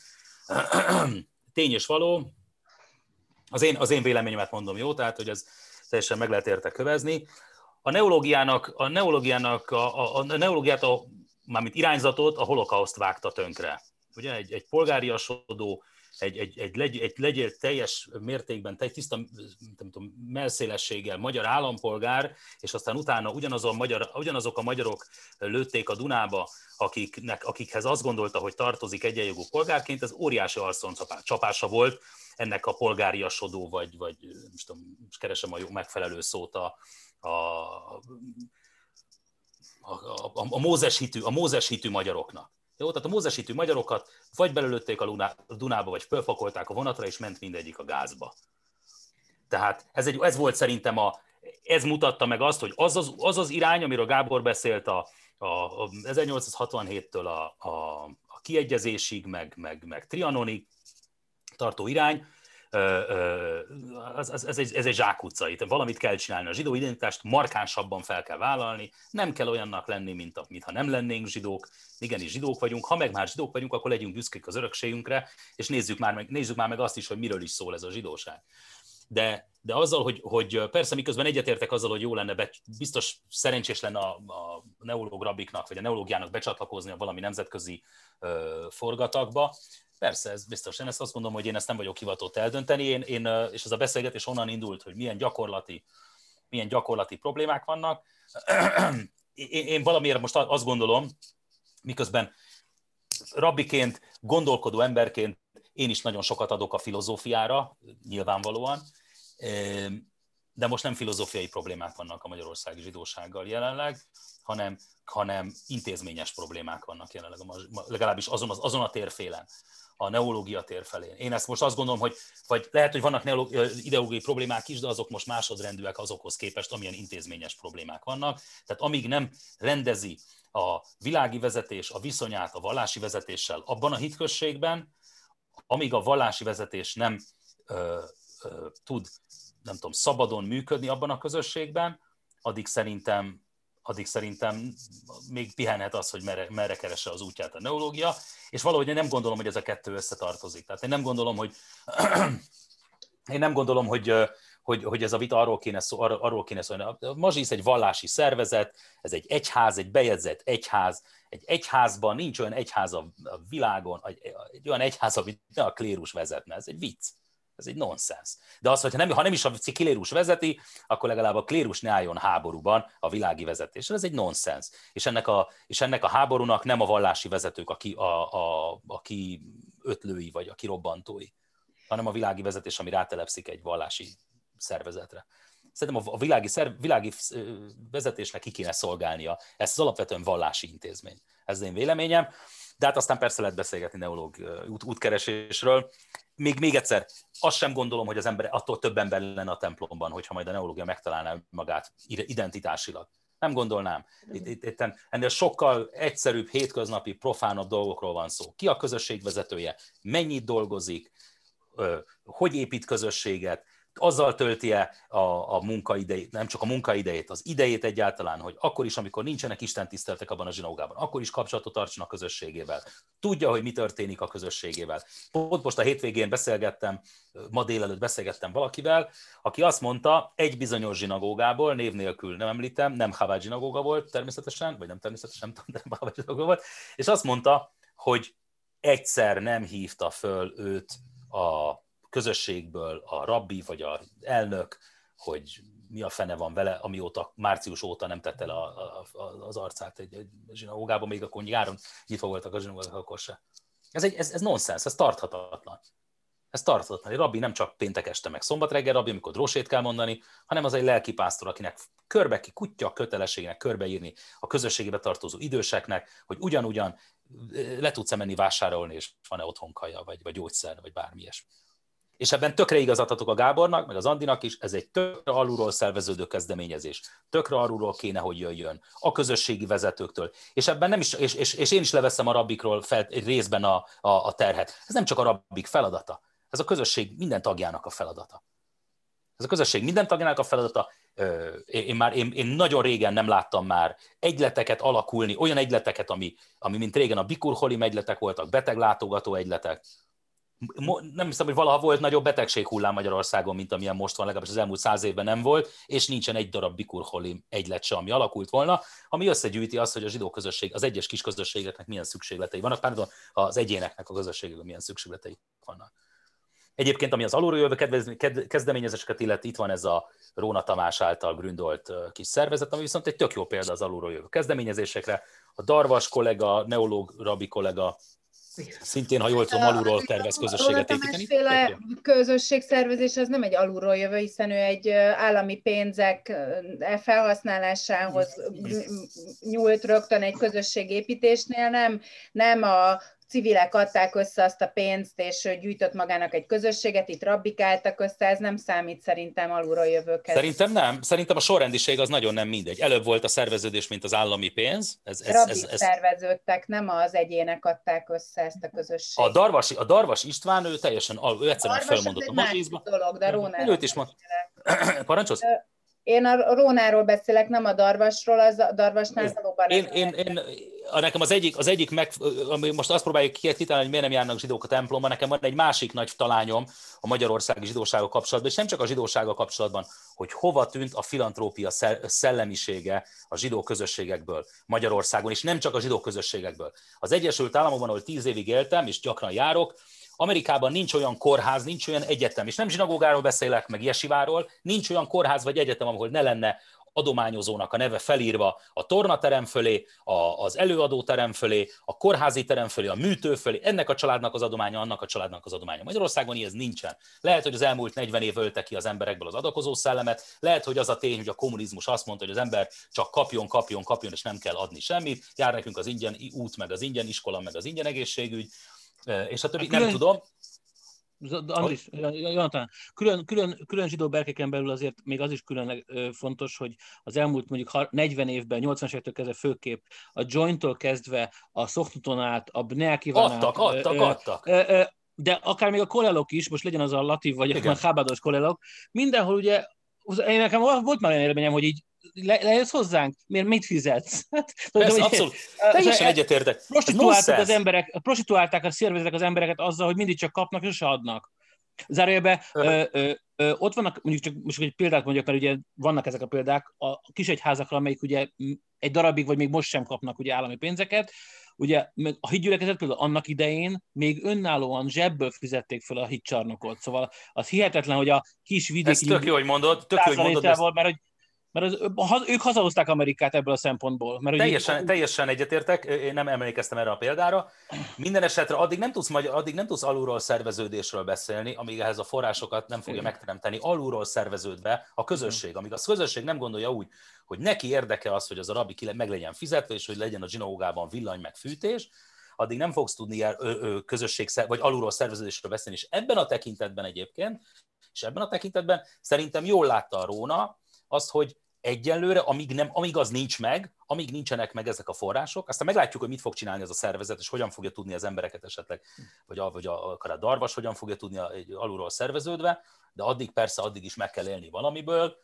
Tény és való. Az én, az én véleményemet mondom, jó? Tehát, hogy ez teljesen meg lehet érte kövezni. A neológiának, a neológiának, a, a, a neológiát, a, mármint irányzatot a holokauszt vágta tönkre. Ugye egy, egy polgáriasodó, egy, egy, egy, legy, egy legyél teljes mértékben, tej, tiszta nem tudom, melszélességgel magyar állampolgár, és aztán utána ugyanazon magyar, ugyanazok a magyarok lőtték a Dunába, akiknek, akikhez azt gondolta, hogy tartozik egyenjogú polgárként, ez óriási arconcapása volt ennek a polgáriasodó, vagy, vagy nem tudom, most keresem a jó megfelelő szót, a A, a, a, a Mózes hitű, a Mózes hitű magyaroknak. Jó? Tehát a Mózes hitű magyarokat vagy belelőtték a Dunába, vagy fölpakolták a vonatra, és ment mindegyik a gázba. Tehát ez, egy, ez volt szerintem, a, ez mutatta meg azt, hogy az az, az, az irány, amiről Gábor beszélt a, a, a ezernyolcszázhatvanhéttől a, a, a kiegyezésig, meg, meg, meg Trianonig tartó irány, Ez, ez, ez, egy, ez egy zsákutca, itt valamit kell csinálni. A zsidó identitást markánsabban fel kell vállalni, nem kell olyannak lenni, mint, a, mintha nem lennénk zsidók, igenis zsidók vagyunk, ha meg már zsidók vagyunk, akkor legyünk büszkék az örökségünkre, és nézzük már meg, nézzük már meg azt is, hogy miről is szól ez a zsidóság. De, de azzal, hogy, hogy persze miközben egyetértek azzal, hogy jó lenne, be, biztos szerencsés lenne a, a neológ rabbiknak, vagy a neológiának becsatlakozni a valami nemzetközi ö, forgatagba. Persze, ez biztos. Én ezt azt gondolom, hogy én ezt nem vagyok hivatott eldönteni, én, én, és ez a beszélgetés onnan indult, hogy milyen gyakorlati, milyen gyakorlati problémák vannak. Én, én valamiért most azt gondolom, miközben rabbiként, gondolkodó emberként én is nagyon sokat adok a filozófiára, nyilvánvalóan, de most nem filozófiai problémák vannak a magyarországi zsidósággal jelenleg, hanem, hanem intézményes problémák vannak jelenleg, legalábbis azon, azon a térfélen, a neológia térfelén. Én ezt most azt gondolom, hogy vagy lehet, hogy vannak ideológiai problémák is, de azok most másodrendűek azokhoz képest, amilyen intézményes problémák vannak. Tehát amíg nem rendezi a világi vezetés a viszonyát a vallási vezetéssel abban a hitközségben, amíg a vallási vezetés nem ö, ö, tud, nem tudom, szabadon működni abban a közösségben, addig szerintem, addig szerintem még pihenhet az, hogy merre, merre keresse az útját a neológia, és valahogy én nem gondolom, hogy ez a kettő összetartozik. Tehát én nem gondolom, hogy én nem gondolom, hogy, hogy, hogy ez a vita arról kéne, szó, arról kéne szólni. A Mazsisz egy vallási szervezet, ez egy egyház, egy bejegyzett egyház. Egy egyházban nincs olyan egyház a világon, egy olyan egyház, amit ne a klérus vezetne. Ez egy vicc. Ez egy nonsens. De az, hogy nem, ha nem is a klérus vezeti, akkor legalább a klérus ne álljon háborúban a világi vezetéssel. Ez egy nonsens. És ennek a, és ennek a háborúnak nem a vallási vezetők, aki, a, a, aki ötlői vagy a kirobbantói, hanem a világi vezetés, ami rátelepszik egy vallási szervezetre. Szerintem a világi, szerv, világi vezetésnek ki kéne szolgálnia. Ez az alapvetően vallási intézmény. Ez az én véleményem. De hát aztán persze lehet beszélgetni neológ út, útkeresésről. Még, még egyszer, azt sem gondolom, hogy az ember, attól több ember lenne a templomban, hogyha majd a neológia megtalálná magát identitásilag. Nem gondolnám. Itt, itt, itt ennél sokkal egyszerűbb, hétköznapi, profánabb dolgokról van szó. Ki a közösség vezetője? Mennyit dolgozik? Hogy épít közösséget? Azzal tölti-e a, a munkaidejét, nem csak a munkaidejét, az idejét egyáltalán, hogy akkor is, amikor nincsenek istentiszteletek abban a zsinagógában, akkor is kapcsolatot tartson a közösségével. Tudja, hogy mi történik a közösségével. Pont most a hétvégén beszélgettem, ma délelőtt beszélgettem valakivel, aki azt mondta, egy bizonyos zsinagógából, név nélkül nem említem, nem Chabad zsinagóga volt természetesen, vagy nem természetesen, nem tudom, de Chabad zsinagóga volt, és azt mondta, hogy egyszer nem hívta föl őt a közösségből a rabbi vagy az elnök, hogy mi a fene van vele, amióta március óta nem tette le a, a, az arcát egy, egy zsinagógában, még akkor nyáron nyitva voltak a zsinagógák, akkor se. Ez, egy, ez, ez nonsens, ez tarthatatlan. Ez tarthatatlan. Egy rabbi nem csak péntek este meg szombat reggel rabbi, amikor drósét kell mondani, hanem az egy lelkipásztor, akinek körbe ki kutya kötelességnek körbeírni a közösségébe tartozó időseknek, hogy ugyanúgyan le tudsz-e menni vásárolni, és van-e otthon kaja, vagy, vagy gyógyszer, vagy bármi ilyesmi. És ebben tökre igazat adok a Gábornak, meg az Andinak is, ez egy tökre alulról szerveződő kezdeményezés. Tökre alulról kéne, hogy jöjjön. A közösségi vezetőktől. És ebben nem is, és, és, és én is leveszem a rabbikról fel, egy részben a, a, a terhet. Ez nem csak a rabbik feladata. Ez a közösség minden tagjának a feladata. Ez a közösség minden tagjának a feladata. Én, már, én, én nagyon régen nem láttam már egyleteket alakulni, olyan egyleteket, ami, ami mint régen a Bikur Holim egyletek voltak, beteglátogató egyletek. Nem hiszem, hogy valaha volt nagyobb betegséghullám Magyarországon, mint amilyen most van, legalábbis az elmúlt száz évben nem volt, és nincsen egy darab Bikur Holim egylet se, ami alakult volna, ami összegyűjti azt, hogy a zsidó közösség, az egyes kis közösségeknek milyen szükségletei vannak, pardon, az egyéneknek a közösségeknek milyen szükségletei vannak. Egyébként, ami az alulról jövő kezdeményezéseket illeti, itt van ez a Róna Tamás által gründolt kis szervezet, ami viszont egy tök jó példa az alulról jövő kezdeményezésekre. A Darvas kollega, neológ rabbi kollega, szintén, ha jól tudom, alulról tervez közösséget építeni. A közösségszervezés az nem egy alulról jövő, hiszen ő egy állami pénzek felhasználásához nyúlt rögtön egy közösségépítésnél, nem, nem a civilek adták össze azt a pénzt, és gyűjtött magának egy közösséget, itt rabbik álltak össze, ez nem számít szerintem alulról jövőket. Szerintem nem. Szerintem a sorrendiség az nagyon nem mindegy. Előbb volt a szerveződés, mint az állami pénz. Ez, ez, rabbik ez, ez... szerveződtek, nem az egyének adták össze ezt a közösséget. A Darvas, a Darvas István, ő teljesen, ő egyszerűen Darvas felmondott a mazsízba. Dolog, de Rónáról is mond. Parancsolsz? Én a Rónáról beszélek, nem a Darvasról, az a Darvasnál valóban... Én, én, én, nekem az egyik, az egyik meg, ami most azt próbáljuk kitalálni, hogy miért nem járnak zsidók a templomba, nekem van egy másik nagy talányom a magyarországi zsidósággal kapcsolatban, és nem csak a zsidósággal kapcsolatban, hogy hova tűnt a filantrópia szellemisége a zsidó közösségekből Magyarországon, és nem csak a zsidó közösségekből. Az Egyesült Államokban, ahol tíz évig éltem, és gyakran járok, Amerikában nincs olyan kórház, nincs olyan egyetem, és nem zsinagógáról beszélek, meg jesiváról, nincs olyan kórház vagy egyetem, ahol ne lenne adományozónak a neve felírva a tornaterem fölé, az előadóterem fölé, a kórházi terem fölé, a műtő fölé, ennek a családnak az adománya, annak a családnak az adománya. Magyarországon ez nincsen. Lehet, hogy az elmúlt negyven év ölte ki az emberekből az adakozó szellemet, lehet, hogy az a tény, hogy a kommunizmus azt mondta, hogy az ember csak kapjon, kapjon, kapjon, és nem kell adni semmit, jár nekünk az ingyen út, meg az ingyen iskola, meg az ingyen egészségügy, és a többi, nem tudom. Andris, Jonathan, külön, külön, külön zsidó berkeken belül azért még az is külön fontos, hogy az elmúlt mondjuk negyven évben, nyolcvanas évektől kezdve főképp, a Jointtól kezdve, a Szoknuton át, a Bnei Akivan át, adtak, adtak, adtak. De akár még a kolelok is, most legyen az a latív vagy a hábádos kolelok, mindenhol ugye, én nekem volt már olyan élményem, hogy így Le, lejössz hozzánk? Miért mit fizetsz? Persze, abszolút. Teljesen egyetértek. Prostituálták az emberek, prostituálták a szervezetek az embereket azzal, hogy mindig csak kapnak, és sose adnak. Zárójelben ott vannak, mondjuk csak most egy példát mondjak, mert ugye vannak ezek a példák, a kisegyházakra, amelyik ugye egy darabig, vagy még most sem kapnak ugye állami pénzeket. Ugye a hídgyülekezet például annak idején még önállóan zsebből fizették fel a hídcsarnokot. Szóval az hihetetlen, hogy a kis vidéki... Ez tök jó, hogy mondod, tök jó, hogy mondod. Ezt... Mert hogy Mert az, ők hazahozták Amerikát ebből a szempontból. Mert teljesen, így... teljesen egyetértek, én nem emlékeztem erre a példára. Minden esetre addig nem tudsz, addig nem tudsz alulról szerveződésről beszélni, amíg ehhez a forrásokat nem fogja megteremteni alulról szerveződve a közösség. Amíg a közösség nem gondolja úgy, hogy neki érdeke az, hogy az a rabbi meg legyen fizetve, és hogy legyen a zsinagógában villany meg fűtés, addig nem fogsz tudni ilyen közösség vagy alulról szerveződésről beszélni. És ebben a tekintetben egyébként, és ebben a tekintetben szerintem jól látta a Róna azt, hogy egyelőre, amíg, nem, amíg az nincs meg, amíg nincsenek meg ezek a források, aztán meglátjuk, hogy mit fog csinálni ez a szervezet, és hogyan fogja tudni az embereket esetleg, vagy, a, vagy a, akár a Darvas hogyan fogja tudni a, egy alulról szerveződve, de addig persze, addig is meg kell élni valamiből.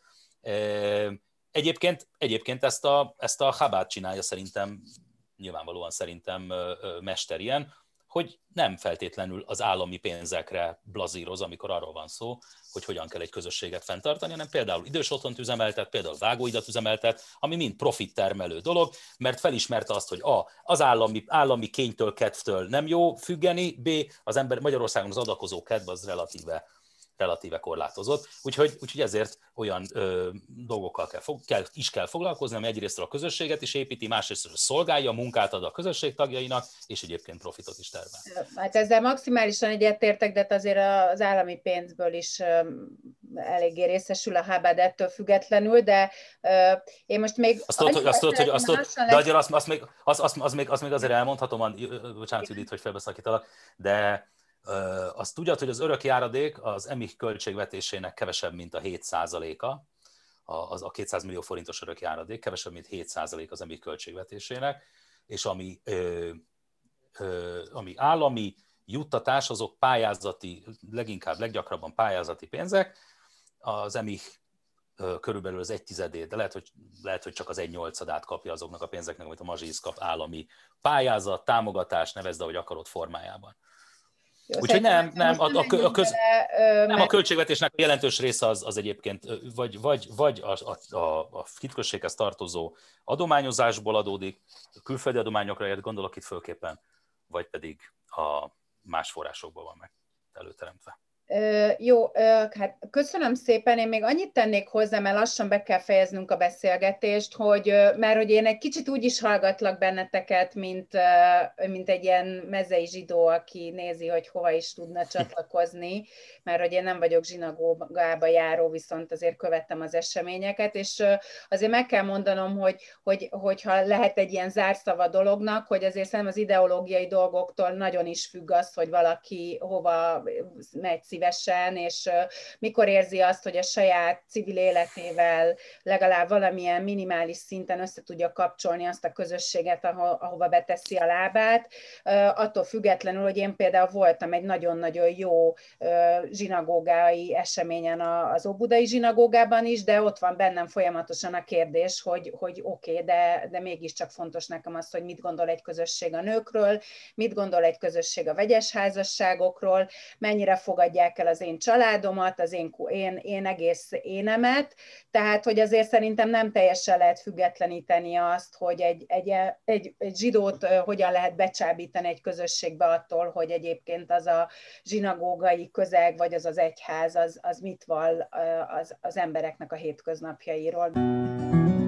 Egyébként, egyébként ezt a, ezt a Chabad csinálja szerintem, nyilvánvalóan szerintem mester ilyen, hogy nem feltétlenül az állami pénzekre blazíroz, amikor arról van szó, hogy hogyan kell egy közösséget fenntartani, hanem például idős otthont üzemeltet, például vágóidat üzemeltet, ami mind profit termelő dolog, mert felismerte azt, hogy A, az állami, állami kénytől, kedvtől nem jó függeni, B, az ember Magyarországon az adakozó kedv az relatíve, relatíve korlátozott. Úgyhogy, úgyhogy ezért olyan ö, dolgokkal kell, kell, is kell foglalkozni, ami egyrészt a közösséget is építi, másrészt szolgálja, munkát ad a közösség tagjainak, és egyébként profitot is termel. Hát ezzel maximálisan egyetértek, de azért az állami pénzből is eléggé részesül a Chabad ettől függetlenül, de én most még... Azt tudod, hogy azt tudod, hogy azt tudod, de azért azt, azt, még, azt, azt, azt, még, azt még azért elmondhatom, bocsánat Judit, hogy felbeszakítalak, de azt tudjad, hogy az örök járadék az e em i költségvetésének kevesebb, mint a hét százaléka, az a kétszáz millió forintos örök járadék, kevesebb, mint hét százalék az e em i költségvetésének, és ami, ö, ö, ami állami juttatás, azok pályázati, leginkább, leggyakrabban pályázati pénzek, az e em i körülbelül az egy tizedét, de lehet hogy, lehet, hogy csak az egy nyolcadát kapja azoknak a pénzeknek, amit a Mazsisz kap állami pályázat, támogatás, nevezd, ahogy akarod formájában. Úgyhogy nem, nem, a, a, a, köz, nem, a költségvetésnek a jelentős része az, az egyébként vagy, vagy, vagy a, a, a hitközséghez tartozó adományozásból adódik, a külföldi adományokra gondolok itt fölképpen, vagy pedig a más forrásokból van meg előteremtve. Jó, hát köszönöm szépen. Én még annyit tennék hozzá, mert lassan be kell fejeznünk a beszélgetést, hogy, mert hogy én egy kicsit úgy is hallgatlak benneteket, mint, mint egy ilyen mezei zsidó, aki nézi, hogy hova is tudna csatlakozni, mert hogy én nem vagyok zsinagógába járó, viszont azért követtem az eseményeket, és azért meg kell mondanom, hogy, hogy, hogyha lehet egy ilyen zárszava dolognak, hogy azért szerintem az ideológiai dolgoktól nagyon is függ az, hogy valaki hova megy szívesen, és mikor érzi azt, hogy a saját civil életével legalább valamilyen minimális szinten össze tudja kapcsolni azt a közösséget, aho- ahova beteszi a lábát. Attól függetlenül, hogy én például voltam egy nagyon-nagyon jó zsinagógai eseményen az óbudai zsinagógában is, de ott van bennem folyamatosan a kérdés, hogy, hogy oké, okay, de, de mégiscsak fontos nekem az, hogy mit gondol egy közösség a nőkről, mit gondol egy közösség a vegyes házasságokról, mennyire fogadják el az én családomat, az én, én, én egész énemet, tehát hogy azért szerintem nem teljesen lehet függetleníteni azt, hogy egy, egy, egy, egy zsidót hogyan lehet becsábítani egy közösségbe attól, hogy egyébként az a zsinagógai közeg, vagy az az egyház, az, az mit vall az, az embereknek a hétköznapjairól.